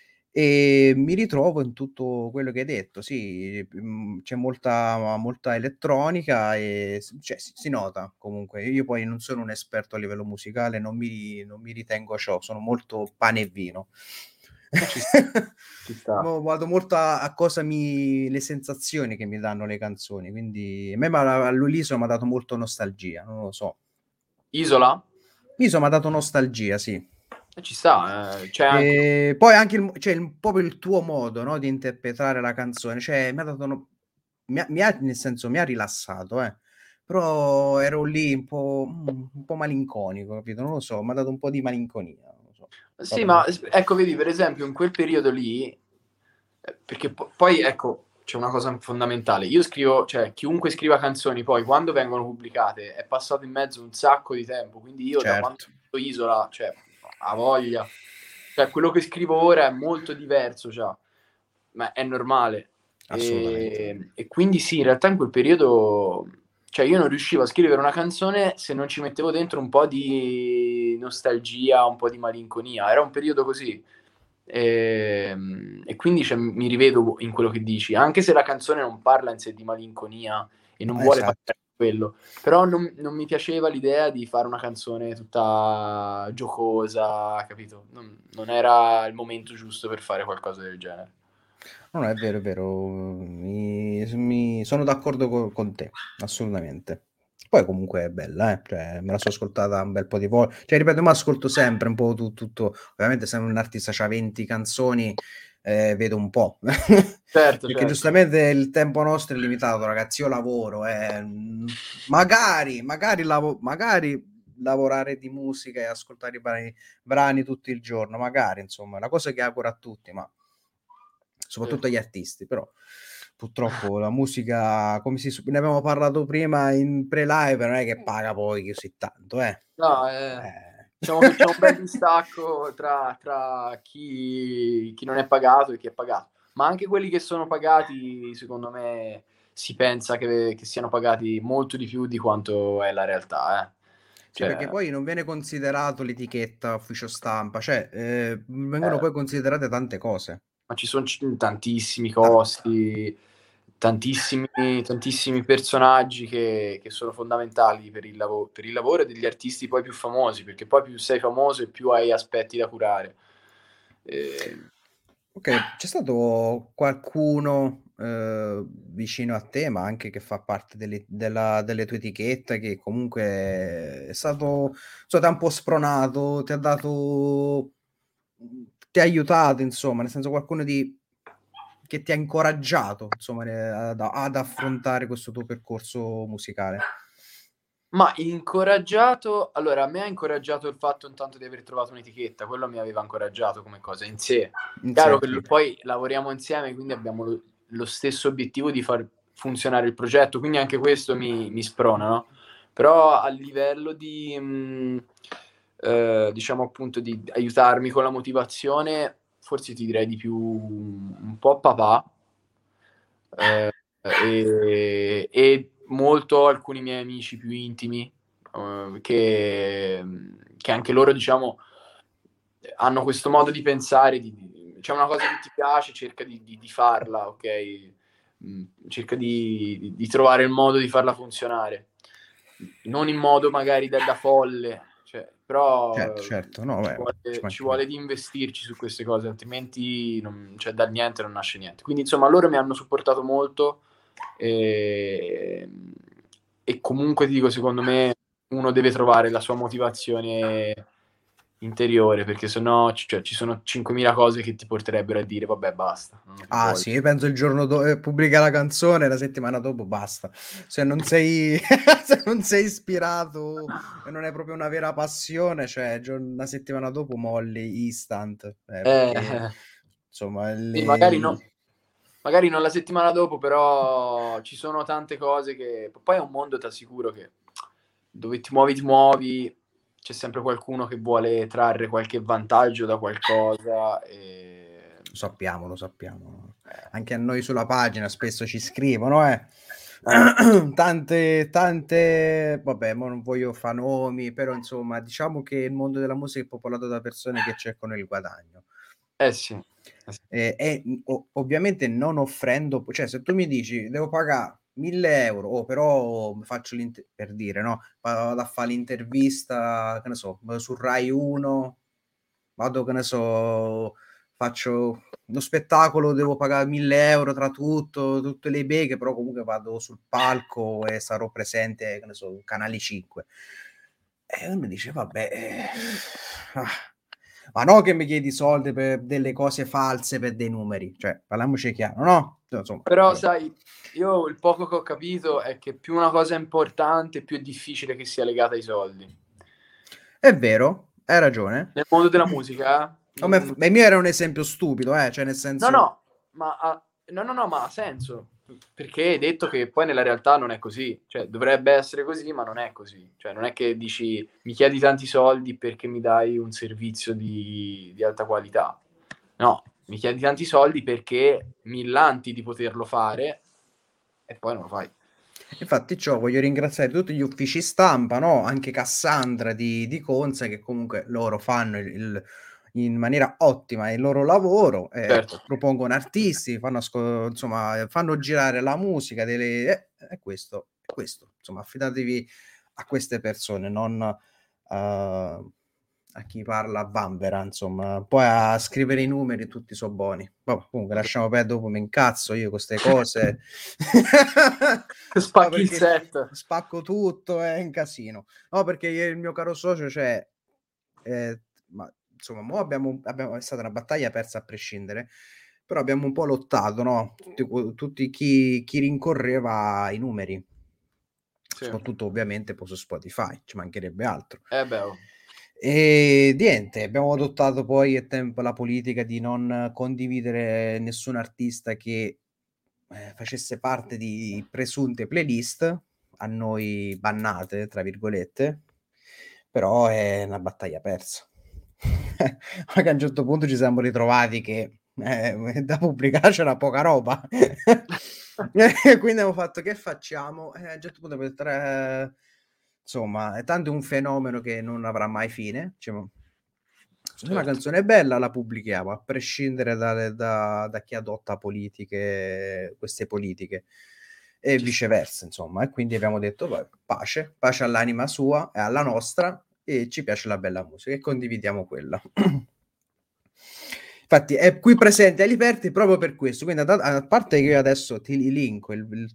E mi ritrovo in tutto quello che hai detto, sì, c'è molta elettronica e cioè si nota comunque. Io poi non sono un esperto a livello musicale, non mi ritengo ciò, sono molto pane e vino. ci, ci sta. Vado molto a cosa le sensazioni che mi danno le canzoni, quindi a me all'Uliso m'ha dato molto nostalgia, non lo so. Isola? L'Iso m'ha dato nostalgia, sì. Ci sta, c'è anche... Poi anche cioè proprio il tuo modo, no, di interpretare la canzone, cioè mi ha dato nel senso mi ha rilassato, però ero lì un po' malinconico, capito? Non lo so, m'ha dato un po' di malinconia, non lo so. Sì, Vabbè. ma ecco, vedi, per esempio, in quel periodo lì, perché poi ecco, c'è una cosa fondamentale. Io scrivo, cioè, chiunque scriva canzoni, poi quando vengono pubblicate è passato in mezzo un sacco di tempo. Quindi io da quando Certo, ho scritto Isola, cioè, a voglia. Cioè, quello che scrivo ora è molto diverso, cioè, ma è normale. assolutamente. E quindi sì, in realtà in quel periodo, cioè io non riuscivo a scrivere una canzone se non ci mettevo dentro un po' di nostalgia, un po' di malinconia. Era un periodo così. E quindi cioè, mi rivedo in quello che dici, anche se la canzone non parla in sé di malinconia e non vuole parlare Esatto. di quello, però non mi piaceva l'idea di fare una canzone tutta giocosa, capito? Non era il momento giusto per fare qualcosa del genere. No, no, è vero, sono d'accordo con te, assolutamente. Poi comunque è bella, cioè, me la so ascoltata un bel po' di volte. Cioè, ripeto, mi ascolto sempre un po' tutto. Ovviamente, se un artista c'ha 20 canzoni, vedo un po'. Certo, Perché certo. giustamente il tempo nostro è limitato, ragazzi. Io lavoro, magari lavorare di musica e ascoltare i brani tutto il giorno, magari, insomma, è una cosa che auguro a tutti, ma Sì. soprattutto agli artisti, però purtroppo la musica, come ne abbiamo parlato prima in pre-live, non è che paga poi così tanto, eh. No, Eh. diciamo che c'è un bel distacco tra chi non è pagato e chi è pagato. Ma anche quelli che sono pagati, secondo me, si pensa che siano pagati molto di più di quanto è la realtà, eh. Sì, perché Cioè, poi non viene considerato l'etichetta ufficio stampa, cioè, vengono eh, poi considerate tante cose. ma ci son tantissimi Ta costi, tantissimi personaggi che sono fondamentali per il lavoro degli artisti poi più famosi, perché poi più sei famoso e più hai aspetti da curare. Ehm Okay, c'è stato qualcuno, vicino a te, ma anche che fa parte delle tue etichette, che comunque è stato, t'ha un po' spronato, ti ha dato, ti ha aiutato insomma, nel senso qualcuno che ti ha incoraggiato insomma, ad affrontare questo tuo percorso musicale? Ma incoraggiato allora a me ha incoraggiato il fatto intanto di aver trovato un'etichetta, quello mi aveva incoraggiato come cosa in sé. In Chiaro sé, che sì. poi lavoriamo insieme, quindi abbiamo lo stesso obiettivo di far funzionare il progetto, quindi anche questo mi sprona, no, però a livello di diciamo appunto di aiutarmi con la motivazione, forse ti direi di più un po' papà, ehm, e molto alcuni miei amici più intimi, che anche loro diciamo, hanno questo modo di pensare, di c'è una cosa che ti piace, cerca di farla, okay, cerca di trovare il modo di farla funzionare. Non in modo magari da folle, Cioè, però Certo, no, beh, ci ci mancherebbe. vuole di investirci su queste cose, altrimenti cioè, dal niente non nasce niente. Quindi insomma loro mi hanno supportato molto e, e comunque ti dico, secondo me uno deve trovare la sua motivazione interiore, perché sennò cioè, ci sono 5.000 cose che ti porterebbero a dire vabbè basta, non ho più Ah voglia. sì, io penso il giorno dopo pubblica la canzone, la settimana dopo basta. Se non sei, se non sei ispirato e non è proprio una vera passione, cioè una settimana dopo molli instant, perché Eh, insomma sì, le... magari non la settimana dopo, però ci sono tante cose che... Poi è un mondo, ti assicuro, che dove ti muovi, c'è sempre qualcuno che vuole trarre qualche vantaggio da qualcosa e... Lo sappiamo, lo sappiamo. Anche a noi sulla pagina spesso ci scrivono, eh, tante, vabbè, mo non voglio fare nomi, però insomma, diciamo che il mondo della musica è popolato da persone che cercano il guadagno. sì. Sì. Ovviamente non offrendo, cioè se tu mi dici devo pagare 1.000 euro, però faccio per dire, no? Vado a fare l'intervista, che ne so, su Rai 1, vado, che ne so, faccio uno spettacolo, devo pagare 1.000 euro tra tutto, tutte le beghe, però comunque vado sul palco e sarò presente, che ne so, Canale 5. E uno dice, vabbè, ah, ma no che mi chiedi soldi per delle cose false, per dei numeri, cioè, parliamoci chiaro, no? Insomma, Però vabbè. sai, io il poco che ho capito è che più una cosa è importante, più è difficile che sia legata ai soldi. È vero, hai ragione. Nel mondo della musica, Il mio era un esempio stupido, cioè nel no, senso... no, ma ha senso, perché hai detto che poi nella realtà non è così, cioè dovrebbe essere così, ma non è così. Cioè non è che dici mi chiedi tanti soldi perché mi dai un servizio di alta qualità. No, mi chiedi tanti soldi perché mi illanti di poterlo fare e poi non lo fai. Infatti ciò voglio ringraziare tutti gli uffici stampa, no? Anche Cassandra di Conza, che comunque loro fanno in maniera ottima il loro lavoro, Certo. propongono artisti, insomma, fanno girare la musica, è questo, insomma, affidatevi a queste persone, non a chi parla a vanvera, insomma, poi a scrivere i numeri tutti so buoni. Vabbè, comunque lasciamo perdere, dopo mi incazzo io con queste cose. No, Spacchi il perché set. spacco tutto, è un casino. No, perché io e il mio caro socio, cioè, ma insomma, mo è stata una battaglia persa a prescindere, però abbiamo un po' lottato, no? Tutti chi rincorreva i numeri, Sì. soprattutto ovviamente poi su Spotify, ci mancherebbe altro. Beh, oh. E niente, abbiamo adottato poi a tempo la politica di non condividere nessun artista che facesse parte di presunte playlist, a noi "bannate" tra virgolette, però è una battaglia persa. Perché a un certo punto ci siamo ritrovati che, da pubblicare c'era poca roba. E quindi abbiamo fatto: "Che facciamo?" E a un certo punto per tre insomma, è tanto un fenomeno che non avrà mai fine, diciamo se una Certo. canzone è bella la pubblichiamo, a prescindere da chi adotta queste politiche e Ci sta. viceversa insomma. E quindi abbiamo detto: "Va pace all'anima sua e alla nostra e ci piace la bella musica e condividiamo quella." Infatti è qui presente ai Liberty proprio per questo, quindi a parte che io adesso ti linko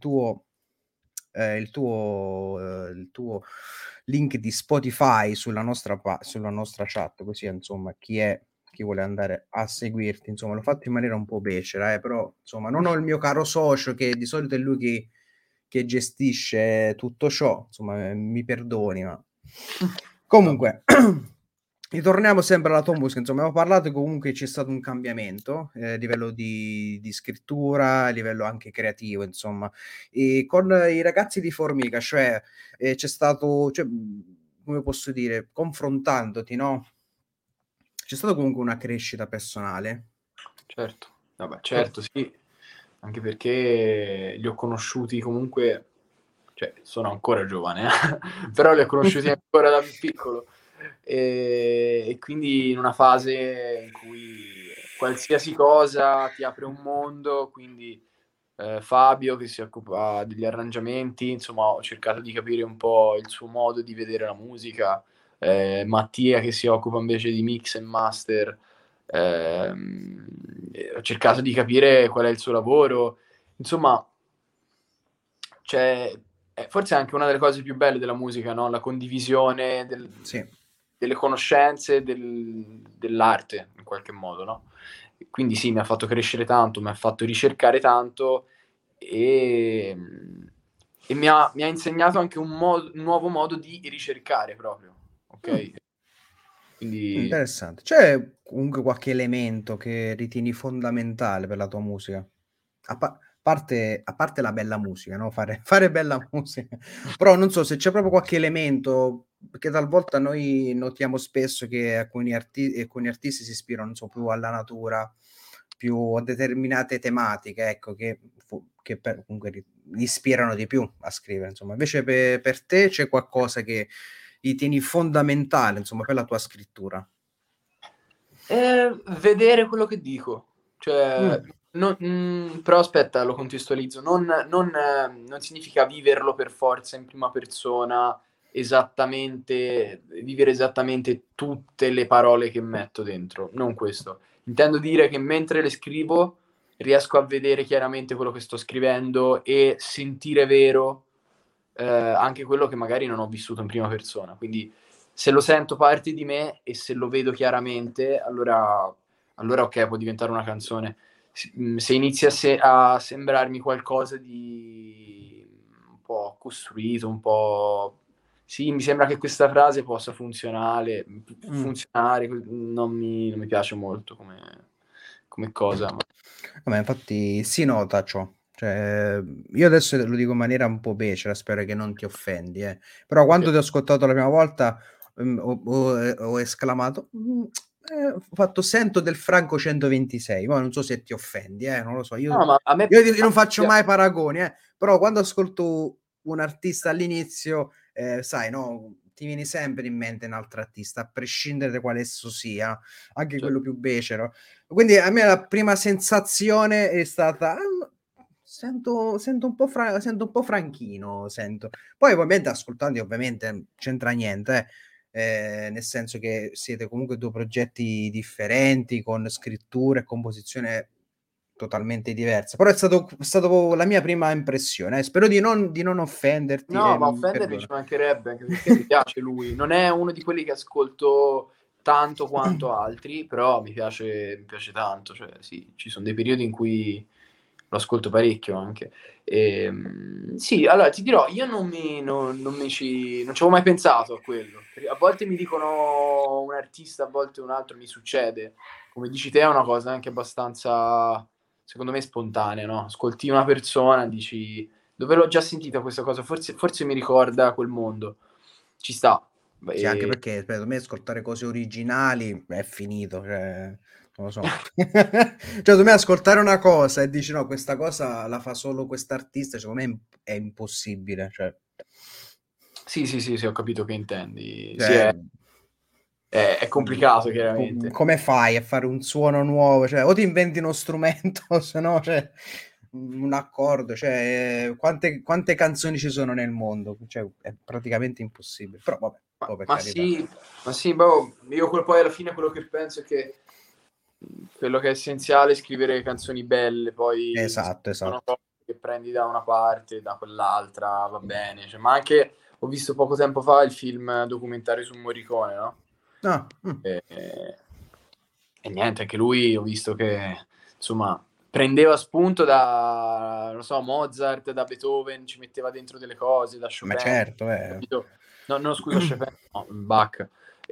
il tuo link di Spotify sulla nostra chat, così insomma chi vuole andare a seguirti, insomma l'ho fatto in maniera un po' becera, però insomma non ho il mio caro socio che di solito è lui che gestisce tutto ciò, insomma, mi perdoni, ma Vabbè. comunque ritorniamo sempre alla tua musica, insomma abbiamo parlato che comunque c'è stato un cambiamento, a livello di scrittura, a livello anche creativo, insomma. E con i ragazzi di Formica, cioè, c'è stato cioè, come posso dire, confrontandoti, no, c'è stata comunque una crescita personale? Certo, vabbè, Pro certo, sì, anche perché li ho conosciuti comunque, cioè sono ancora giovane, però li ho conosciuti ancora da più piccolo e quindi in una fase in cui qualsiasi cosa ti apre un mondo, quindi Fabio che si occupa degli arrangiamenti, insomma ho cercato di capire un po' il suo modo di vedere la musica, Mattia che si occupa invece di mix e master. Ho cercato di capire qual è il suo lavoro, insomma, cioè, forse è anche una delle cose più belle della musica, no? La condivisione Sì. delle conoscenze dell'arte, in qualche modo, no? Quindi sì, mi ha fatto crescere tanto, mi ha fatto ricercare tanto e, e mi ha insegnato anche un nuovo modo di ricercare proprio, Mm. ok? Quindi Interessante. C'è comunque qualche elemento che ritieni fondamentale per la tua musica? A parte la bella musica, no? Fare bella musica. Però non so se c'è proprio qualche elemento, perché talvolta noi notiamo spesso che alcuni artisti si ispirano, non so, più alla natura, più a determinate tematiche, ecco, comunque li ispirano di più a scrivere, insomma. Invece per te c'è qualcosa che ritieni fondamentale, insomma, per la tua scrittura? vedere quello che dico, cioè, Mm. però aspetta, lo contestualizzo, non significa viverlo per forza in prima persona, esattamente, vivere esattamente tutte le parole che metto dentro, non questo. Intendo dire che mentre le scrivo riesco a vedere chiaramente quello che sto scrivendo e sentire vero anche quello che magari non ho vissuto in prima persona. Quindi se lo sento parte di me e se lo vedo chiaramente, allora ok, può diventare una canzone. Se inizia a sembrarmi qualcosa di un po' costruito, un po'... Sì, mi sembra che questa frase possa Mh. funzionare, non mi piace molto come cosa. Vabbè, infatti si nota ciò. Cioè, io adesso lo dico in maniera un po' becera, spero che non ti offendi, però Ok. quando ti ho ascoltato la prima volta, ho esclamato: ho fatto: "Sento del Franco 126". Poi non so se ti offendi, non lo so. No, Io ma a me... io non faccio mai paragoni, però quando ascolto un artista all'inizio, sai, no, ti viene sempre in mente un altro artista, a prescindere da quale esso sia, anche cioè, quello più becero. Quindi a me la prima sensazione è stata: sento un po' franchino, sento". Poi ovviamente ascoltandi ovviamente c'entra niente, nel senso che siete comunque 2 progetti differenti, con scrittura e composizione totalmente diverse, però è stato la mia prima impressione, spero di non offenderti no, e, ma offendermi ci perdona. mancherebbe, anche perché mi piace lui. Non è uno di quelli che ascolto tanto quanto altri, però mi piace tanto. Cioè, sì, ci sono dei periodi in cui lo ascolto parecchio anche. Sì, allora ti dirò, io non ci avevo mai pensato a quello. Perché a volte mi dicono un artista, a volte un altro, mi succede. Come dici te, è una cosa anche abbastanza, secondo me, spontanea, no? Ascolti una persona, dici dove l'ho già sentita questa cosa? Forse mi ricorda quel mondo. Ci sta. Sì, anche E... perché secondo me ascoltare cose originali è finito, cioè, non lo so. Cioè, secondo me ascoltare una cosa e dici: "No, questa cosa la fa solo quest'artista", secondo me è impossibile, cioè Sì, sì, sì, sì, ho capito che intendi. Sì, cioè, è complicato, chiaramente. come fai a fare un suono nuovo? Cioè, o ti inventi uno strumento, o se no, cioè, un accordo, cioè, quante canzoni ci sono nel mondo? Cioè, è praticamente impossibile. Però vabbè, Ma, poi per ma carità. sì, ma sì, boh, io poi alla fine quello che penso è che quello che è essenziale è scrivere canzoni belle, poi se Esatto, sono esatto. cose che prendi da una parte, da quell'altra, va bene. Cioè, ma anche ho visto poco tempo fa il film documentario su Morricone, no? Ah, E, e niente, anche lui ho visto che insomma prendeva spunto da, non so, Mozart, da Beethoven, ci metteva dentro delle cose, da ma Chopin, certo, capito? No, no, scusa, Chopin, no, Bach.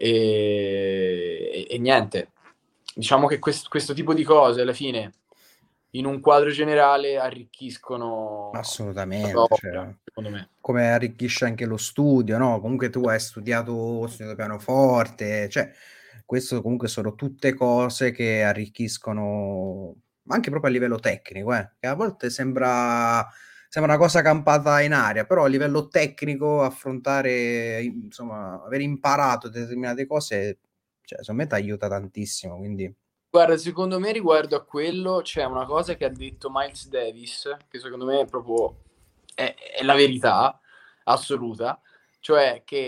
E niente, diciamo che questo tipo di cose alla fine, in un quadro generale, arricchiscono assolutamente, l'opera, cioè, secondo me. come arricchisce anche lo studio, no, comunque tu hai studiato pianoforte, cioè questo comunque sono tutte cose che arricchiscono, ma anche proprio a livello tecnico, che a volte sembra una cosa campata in aria, però a livello tecnico affrontare, insomma, aver imparato determinate cose, cioè secondo me t'aiuta tantissimo, quindi Guarda, secondo me riguardo a quello c'è una cosa che ha detto Miles Davis, che secondo me è proprio è la verità assoluta, cioè che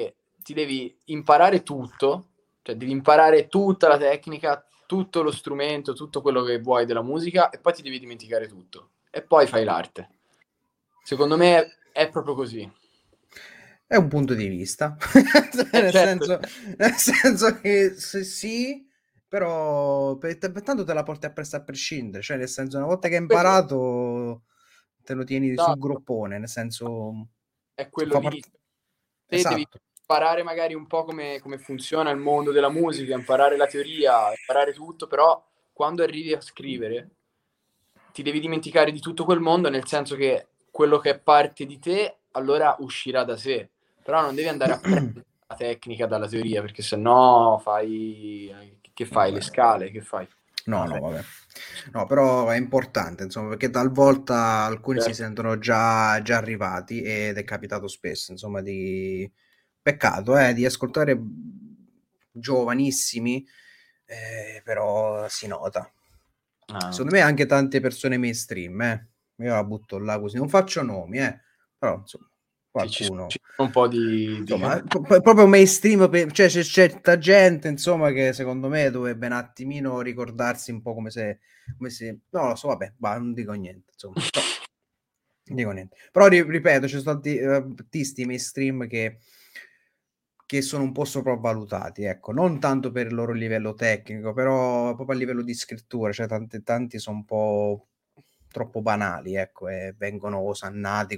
ti devi imparare tutto, cioè devi imparare tutta la tecnica, tutto lo strumento, tutto quello che vuoi della musica e poi ti devi dimenticare tutto e poi fai l'arte. Secondo me è proprio così. È un punto di vista, Certo. nel senso che sì, però tanto te la porti appresso a prescindere, cioè nel senso una volta che hai Quello, imparato te lo tieni sul esatto, groppone, nel senso è quello fa lì. parte... Te devi Esatto. imparare magari un po' come funziona il mondo della musica, imparare la teoria, imparare tutto, però quando arrivi a scrivere ti devi dimenticare di tutto quel mondo, nel senso che quello che è parte di te allora uscirà da sé, però non devi andare a prendere la tecnica dalla teoria, perché sennò fai che fai? Le Vabbè. scale, che fai? No, Ah, no, vabbè. No, però è importante, insomma, perché talvolta alcuni si certo. sentono già arrivati ed è capitato spesso, insomma, di... Peccato, di ascoltare giovanissimi, però si nota. Ah, Secondo me anche tante persone mainstream, io la butto là così, non faccio nomi, però insomma, sì, qualcuno... ci sono un po' di Insomma, proprio mainstream, cioè c'è certa gente, insomma, che secondo me dovrebbe un attimino ricordarsi un po' come se... No, lo so, vabbè, non dico niente, insomma, no, non dico niente. Però ripeto, ci sono tanti artisti mainstream che sono un po' sopravvalutati, ecco, non tanto per il loro livello tecnico, però proprio a livello di scrittura, cioè tanti sono un po' troppo banali, ecco, e vengono osannati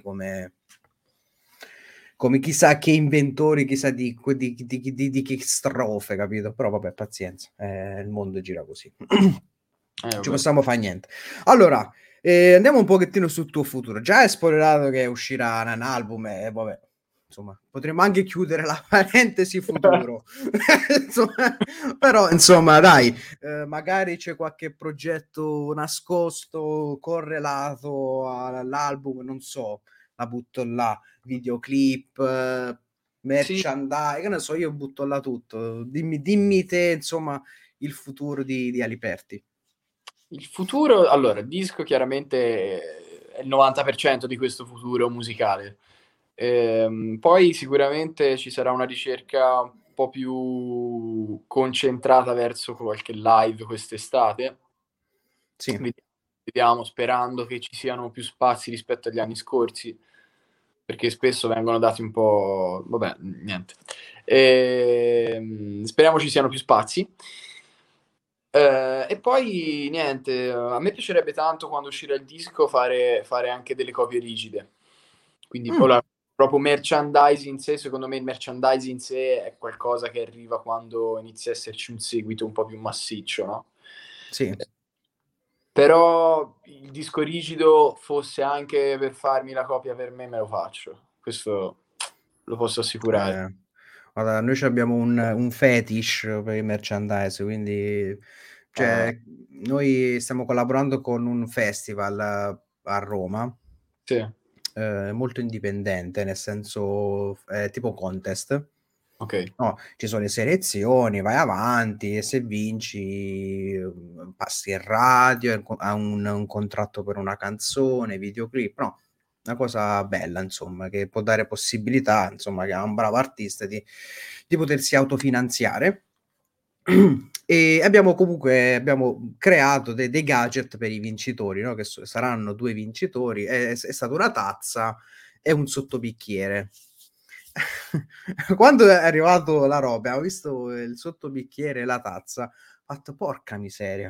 come chissà che inventori, chissà di che strofe, capito? Però vabbè, pazienza, il mondo gira così. Ci vabbè. possiamo fare niente. Allora, andiamo un pochettino sul tuo futuro. Già hai spoilerato che uscirà un album e vabbè, insomma, potremmo anche chiudere la parentesi futuro. Insomma, però, insomma, dai, magari c'è qualche progetto nascosto, correlato all'album, non so, la butto là, videoclip, Sì, merchandise, che ne so, io butto là tutto. Dimmi te, insomma, il futuro di Aliperti. il futuro, allora, il disco chiaramente è il 90% di questo futuro musicale. Poi sicuramente ci sarà una ricerca un po' più concentrata verso qualche live quest'estate. Sì. Vediamo, sperando che ci siano più spazi rispetto agli anni scorsi, perché spesso vengono dati un po'... Vabbè, niente. Speriamo ci siano più spazi. E poi niente, a me piacerebbe tanto quando uscirà il disco fare anche delle copie rigide. Quindi Mm, proprio merchandise in sé, secondo me il merchandise in sé è qualcosa che arriva quando inizia a esserci un seguito un po' più massiccio, no? sì. Però il disco rigido fosse anche per farmi la copia per me lo faccio. Questo lo posso assicurare. Eh, guarda, noi abbiamo un fetish per il merchandise, quindi Ah, cioè, noi stiamo collaborando con un festival a Roma, sì, molto indipendente, nel senso tipo contest. ok. No, ci sono le selezioni, vai avanti e se vinci passi in radio, ha un contratto per una canzone, videoclip, no, una cosa bella, insomma, che può dare possibilità, insomma, che a un bravo artista di potersi autofinanziare. E abbiamo creato dei gadget per i vincitori, no? Che saranno 2 vincitori, è stata una tazza e un sottobicchiere. Quando è arrivato la roba, ho visto il sottobicchiere e la tazza, ho fatto: "Porca miseria".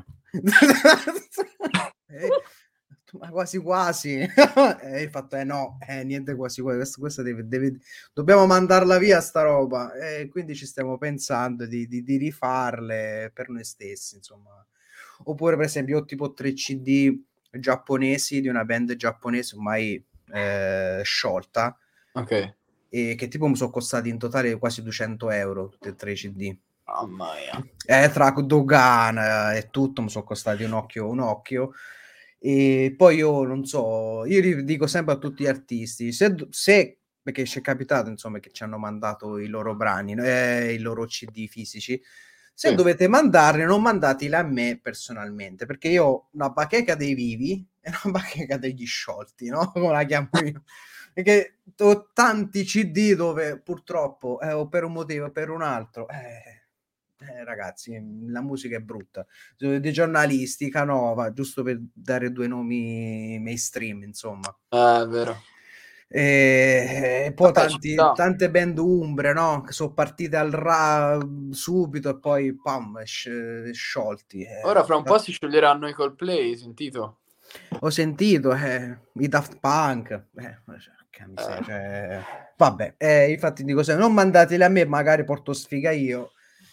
Eh, ma quasi quasi. E hai fatto: no, niente quasi quasi, questa dobbiamo mandarla via sta roba". E quindi ci stiamo pensando di rifarle per noi stessi, insomma. Oppure per esempio ho tipo 3 CD giapponesi di una band giapponese ormai, sciolta, Ok. che tipo mi so costati in totale quasi 200 € tutti e 3 i CD. Mamma mia. Tra dogana e tutto mi so costati un occhio. E poi io non so, io dico sempre a tutti gli artisti, se perché ci è capitato insomma che ci hanno mandato i loro brani, i loro CD fisici, se Sì. dovete mandarli non mandateli a me personalmente, perché io ho una bacheca dei vivi e una bacheca degli sciolti, no, come la chiamo io. Perché ho tanti CD dove purtroppo, o per un motivo o per un altro, ragazzi, la musica è brutta. Dei giornalisti, Canova, giusto per dare due nomi mainstream, insomma. È vero. E poi Vabbè, ci sta. tante band umbre, no? Che sono partite al subito e poi pam, sciolti. Ora fra un po' si scioglieranno i Coldplay, hai sentito? Ho sentito i Daft Punk, che miseria, cioè, vabbè, infatti dico sempre, non mandateli a me, magari porto sfiga io.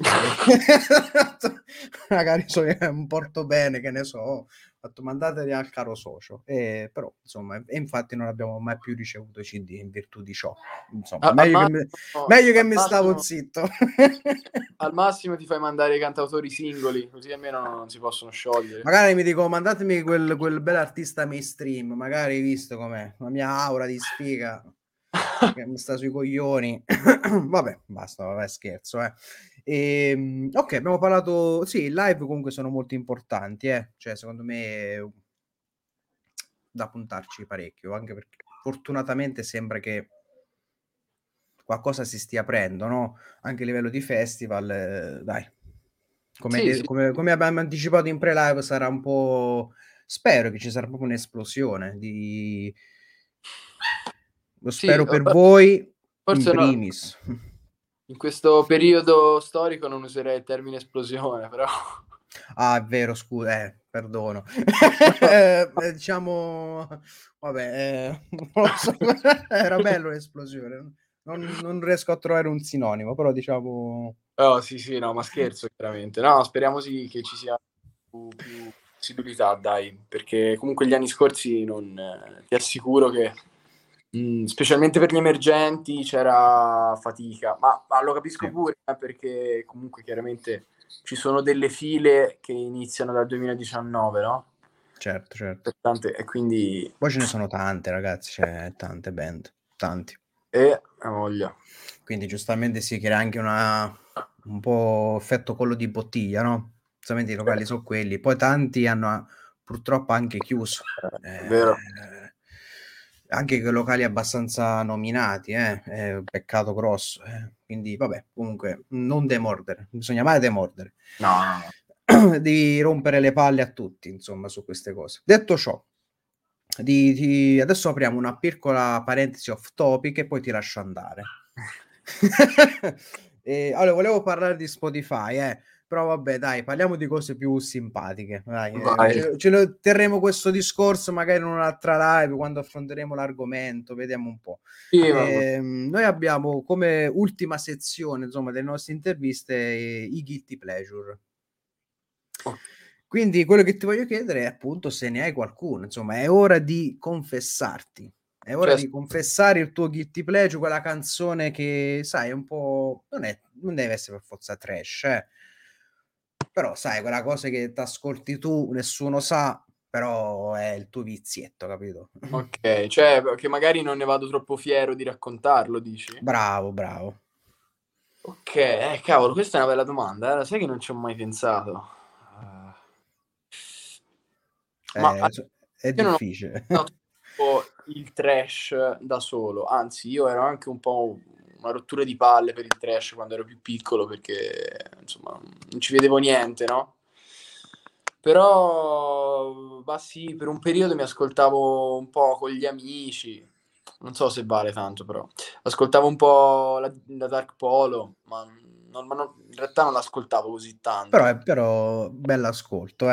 Magari porto bene, che ne so, ho fatto mandateli al caro socio, però insomma, e infatti non abbiamo mai più ricevuto i CD in virtù di ciò, insomma, Al meglio che al mi stavo massimo zitto. al massimo ti fai mandare i cantautori singoli, così almeno non si possono sciogliere. Magari mi dico, mandatemi quel bell'artista mainstream, magari hai visto com'è, la mia aura di sfiga che mi sta sui coglioni. Vabbè, basta, vabbè, scherzo, eh. Ok, abbiamo parlato, sì, i live comunque sono molto importanti, cioè secondo me da puntarci parecchio, anche perché fortunatamente sembra che qualcosa si stia aprendo, no? Anche a livello di festival, dai. Sì, sì, Come abbiamo anticipato in pre-live sarà un po', spero che ci sarà proprio un'esplosione lo sì, spero per voi in forse no, primis. in questo periodo storico non userei il termine esplosione, però Ah, è vero, perdono. Diciamo, vabbè, non lo so, era bello l'esplosione. Non riesco a trovare un sinonimo, però diciamo oh, sì, sì, no, ma scherzo chiaramente. No, speriamo sì che ci sia più possibilità, dai, perché comunque gli anni scorsi non ti assicuro che, specialmente per gli emergenti c'era fatica, ma lo capisco sì, pure, perché comunque chiaramente ci sono delle file che iniziano dal 2019, no, certo. per tante e quindi Poi ce ne sono tante, ragazzi, cioè tante band, tanti. avoglia. Quindi giustamente si crea anche un po' effetto collo di bottiglia, no? Giustamente i locali so' quelli, poi tanti hanno purtroppo anche chiuso. È vero. Anche che locali abbastanza nominati, è un peccato grosso, quindi vabbè, comunque non demordere, non bisogna mai demordere. No, no, no. Devi rompere le palle a tutti, insomma, su queste cose. Detto ciò, adesso apriamo una piccola parentesi off topic e poi ti lascio andare. Allora, volevo parlare di Spotify, però vabbè, dai, parliamo di cose più simpatiche. Dai, Vai. ce lo terremo questo discorso magari in un'altra live quando affronteremo l'argomento, vediamo un po'. Sì, Noi abbiamo come ultima sezione, insomma, delle nostre interviste i guilty pleasure. Quindi quello che ti voglio chiedere è appunto se ne hai qualcuno, insomma, è ora di confessarti. È ora cioè, di confessare il tuo guilty pleasure, quella canzone che sai è un po' non deve essere per forza trash, però sai quella cosa che t'ascolti tu, nessuno sa, però è il tuo vizietto, capito? okay, cioè che magari non ne vado troppo fiero di raccontarlo, dici? Bravo. Cavolo, questa è una bella domanda, sai che non ci ho mai pensato. Uhm, ma a S è io non ho difficile. troppo il trash da solo, anzi io ero anche un po' una rottura di palle per il trash quando ero più piccolo perché, insomma, non ci vedevo niente, no, però bah, sì, per un periodo mi ascoltavo un po' con gli amici, non so se vale tanto però. Ascoltavo un po' la Dark Polo, ma in realtà non l'ascoltavo così tanto. Però bell'ascolto,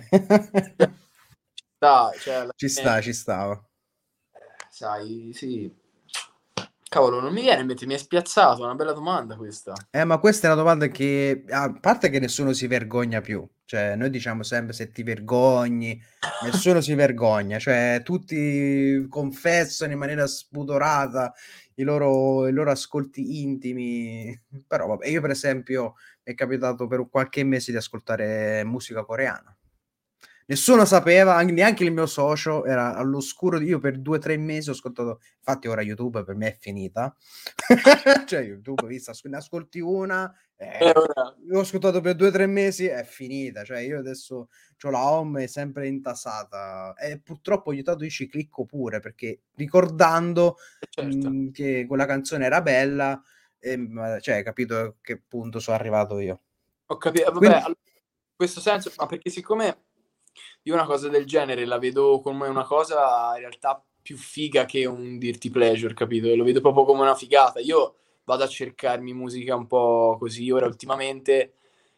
Cioè alla Ci fine, sta, ci stava. sai, sì. Cavolo, non mi viene in mente, mi hai spiazzato, è una bella domanda questa. Ma questa è una domanda che a parte che nessuno si vergogna più, cioè noi diciamo sempre: "Se ti vergogni", nessuno si vergogna, cioè tutti confessano in maniera spudorata i loro ascolti intimi, però vabbè, io per esempio mi è capitato per un qualche mese di ascoltare musica coreana. Nessuno sapeva, neanche il mio socio, era all'oscuro. Io per 2, 3 mesi ho ascoltato, infatti ora YouTube per me è finita. Cioè YouTube, visto, ne ascolti una Ora, L'ho ascoltato per 2 o 3 mesi, è finita. Cioè io adesso c'ho la home è sempre intasata e purtroppo ogni tanto io ci clicco pure, perché ricordando, certo, che quella canzone era bella, cioè hai capito a che punto so arrivato io. ho vabbè, Quindi in questo senso, ma perché siccome io una cosa del genere la vedo come una cosa in realtà più figa che un guilty pleasure, capito? Lo vedo proprio come una figata. Io vado a cercarmi musica un po' così. Ora ultimamente,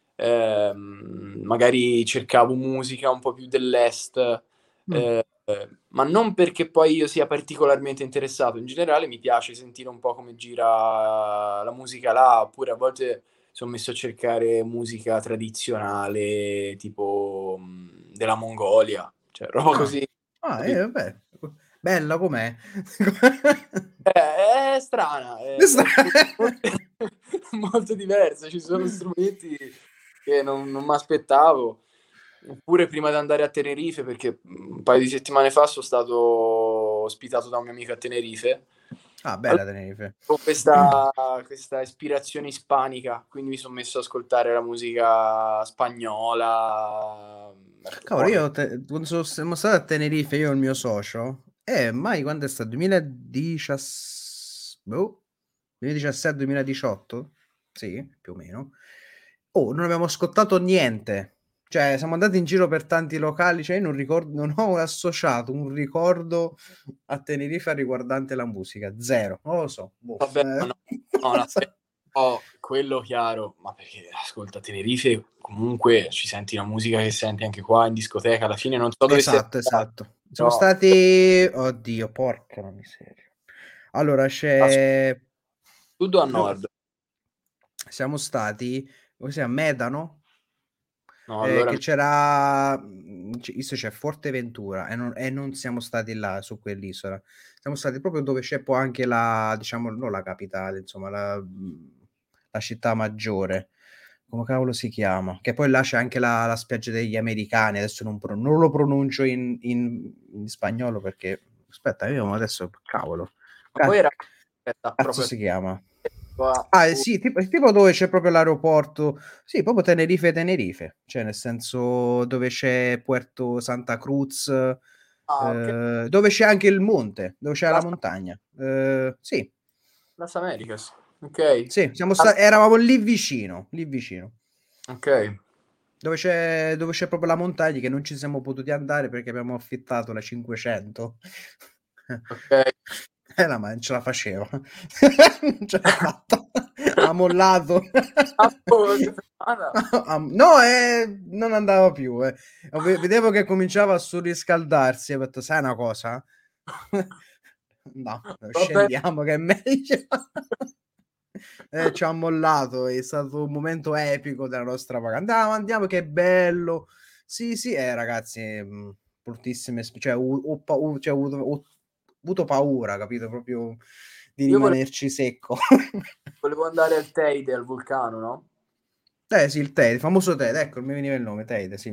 magari cercavo musica un po' più dell'est, mh. ma non perché poi io sia particolarmente interessato. In generale mi piace sentire un po' come gira la musica là, oppure a volte son messo a cercare musica tradizionale, tipo, della Mongolia, cioè roba Ah. così, Ah, capito? vabbè. Bella com'è? È strana, Questa è molto diversa. Ci sono strumenti che non m'aspettavo. Oppure prima di andare a Tenerife, perché, un paio di settimane fa so stato ospitato da un mio amico a Tenerife. Ah, Allora bella Tenerife. ho questa ispirazione ispanica, quindi mi son messo ad ascoltare la musica spagnola, un Cavolo, po' io quando siamo stati a Tenerife, io e il mio socio, mai quando è stato? 2017, 2018? Sì, più o meno. Oh, non abbiamo ascoltato niente. Cioè, siamo andati in giro per tanti locali, cioè io non ho associato un ricordo a Tenerife riguardante la musica, 0, non lo so, boh, vabbè, ma no, no, non no, so. quello chiaro, ma perché ascolta, a Tenerife comunque ci senti la musica che senti anche qua in discoteca, alla fine non so dove siete Esatto, stati, esatto. Siamo però stati oddio, porca la miseria. Allora a c'è sud o a no, nord? siamo stati come si chiama, Medano, No, allora che c'era visto c'è Forteventura e non siamo stati là su quell'isola. Siamo stati proprio dove c'è poi anche la diciamo non la capitale, insomma la città maggiore. Come cavolo si chiama? Che poi là c'è anche la spiaggia degli americani, adesso non lo pronuncio in spagnolo perché aspetta, vediamo adesso cavolo. ma poi era Cazzo proprio si chiama? a Ah, sì, tipo dove c'è proprio l'aeroporto sì, proprio Tenerife, Tenerife, cioè nel senso dove c'è Puerto Santa Cruz, ah, okay, dove c'è anche il monte, dove c'è la Las montagna. Sì, Las Americas, okay. sì, Ah, eravamo lì vicino, lì vicino. okay, Dove c'è proprio la montagna che non ci siamo potuti andare perché abbiamo affittato la 500. okay. Ma non ce la faceva. Non ce l'ha fatta. Ha mollato. A posto, ah, No, non andava più, vedevo che cominciava a surriscaldarsi, ho detto: "Sai una cosa? No, vabbè, scendiamo che è meglio." Ci ha mollato, è stato un momento epico della nostra vaca "Andiamo, andiamo che bello." Sì, sì, ragazzi, bruttissime cioè ho avuto paura, capito, proprio di io rimanerci secco. volevo andare al Teide, al vulcano, no, Sì, il Teide, il famoso Teide, ecco, mi veniva il nome, Teide, sì.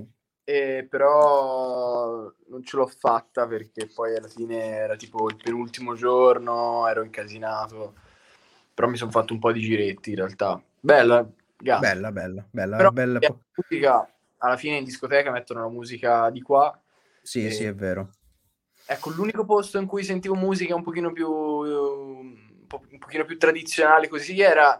però non ce l'ho fatta perché poi alla fine era tipo il penultimo giorno, ero incasinato, però mi son fatto un po' di giretti in realtà. Bella, ga Bella, bella, bella, però bella la po musica alla fine in discoteca mettono la musica di qua, sì, sì, e è vero. ecco, l'unico posto in cui sentivo musica un pochino più un pochino più tradizionale così era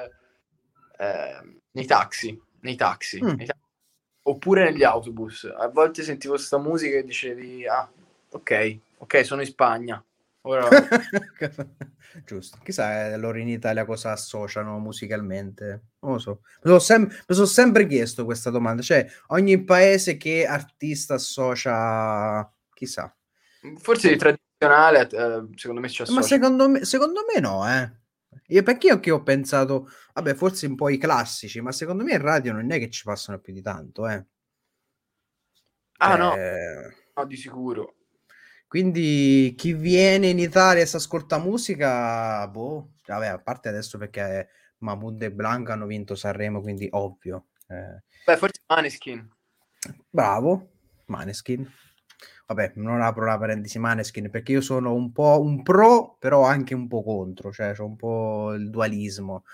Mh. nei taxi, oppure negli autobus. A volte sentivo 'sta musica e dicevi: "Ah, okay, okay, sono in Spagna. Ora." Giusto. Chissà, loro in Italia cosa associano musicalmente. Non lo so. Me so sempre chiesto questa domanda, cioè ogni paese che artista associa chissà. Forse di Boh. tradizionale secondo me ci Ma associa. secondo me no, Io perché io che ho pensato, vabbè forse un po' i classici, ma secondo me in radio non è che ci passano più di tanto, eh. Ah no, Cioè no, di sicuro. quindi chi viene in Italia e s'ascolta musica, boh, vabbè, a parte adesso perché Mahmood e Blanco hanno vinto Sanremo, quindi ovvio. Beh, forse Maneskin. Bravo, Maneskin. Vabbè, non apro la parentesi Maneskin perché io sono un po' un pro, però anche un po' contro, cioè c'ho un po' il dualismo.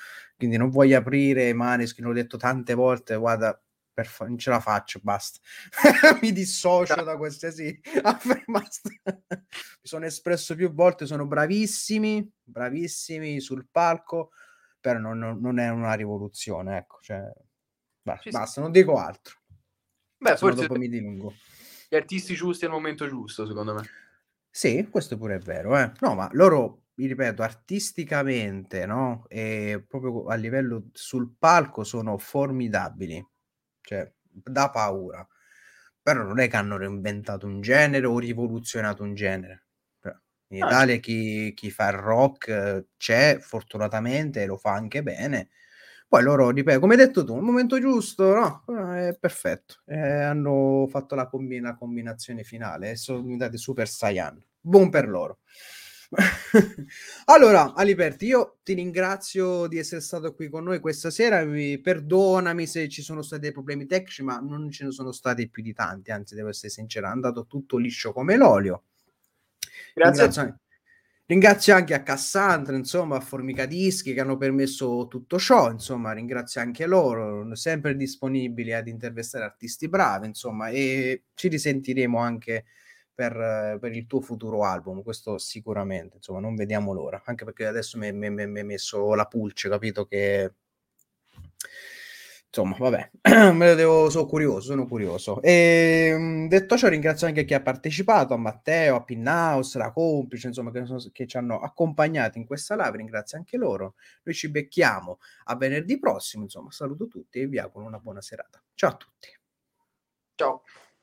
quindi non voglio aprire Maneskin, l'ho detto tante volte, guarda, non ce la faccio, basta. Mi dissocio da qualsiasi affermazione. Mi sono espresso più volte, sono bravissimi, bravissimi sul palco, però non è una rivoluzione, ecco, cioè, Ci sta. basta, non dico altro. Beh, Se no forse dopo mi dilungo. gli artisti giusti al momento giusto, secondo me. Sì, questo pure è vero, eh. No, ma loro, vi ripeto, artisticamente, no, proprio a livello sul palco sono formidabili, cioè da paura. Però non è che hanno reinventato un genere o rivoluzionato un genere. Cioè, in Ah, c Italia chi fa il rock c'è fortunatamente e lo fa anche bene. Poi loro, ripeto, come hai detto tu, al momento giusto, no, è perfetto. Hanno fatto la combinazione finale e sono diventati Super Saiyan. Buon per loro. Allora, Aliberti, io ti ringrazio di essere stato qui con noi questa sera. Perdonami se ci sono stati dei problemi tecnici, ma non ce ne sono stati più di tanti, anzi, devo essere sincero, è andato tutto liscio come l'olio. grazie a te. Ringrazio anche a Cassandra, insomma, a Formicadischi che hanno permesso tutto ciò, insomma, ringrazio anche loro, sempre disponibili ad intervistare artisti bravi, insomma, e ci risentiremo anche per il tuo futuro album, questo sicuramente, insomma, non vediamo l'ora, anche perché adesso mi hai messo la pulce, capito che insomma, vabbè, me lo devo, sono curioso. Detto ciò, ringrazio anche chi ha partecipato, a Matteo, a Pinnaus, la complice, insomma, che ci hanno accompagnati in questa live, ringrazio anche loro. Noi ci becchiamo a venerdì prossimo, insomma, saluto tutti e vi auguro una buona serata. Ciao a tutti. Ciao.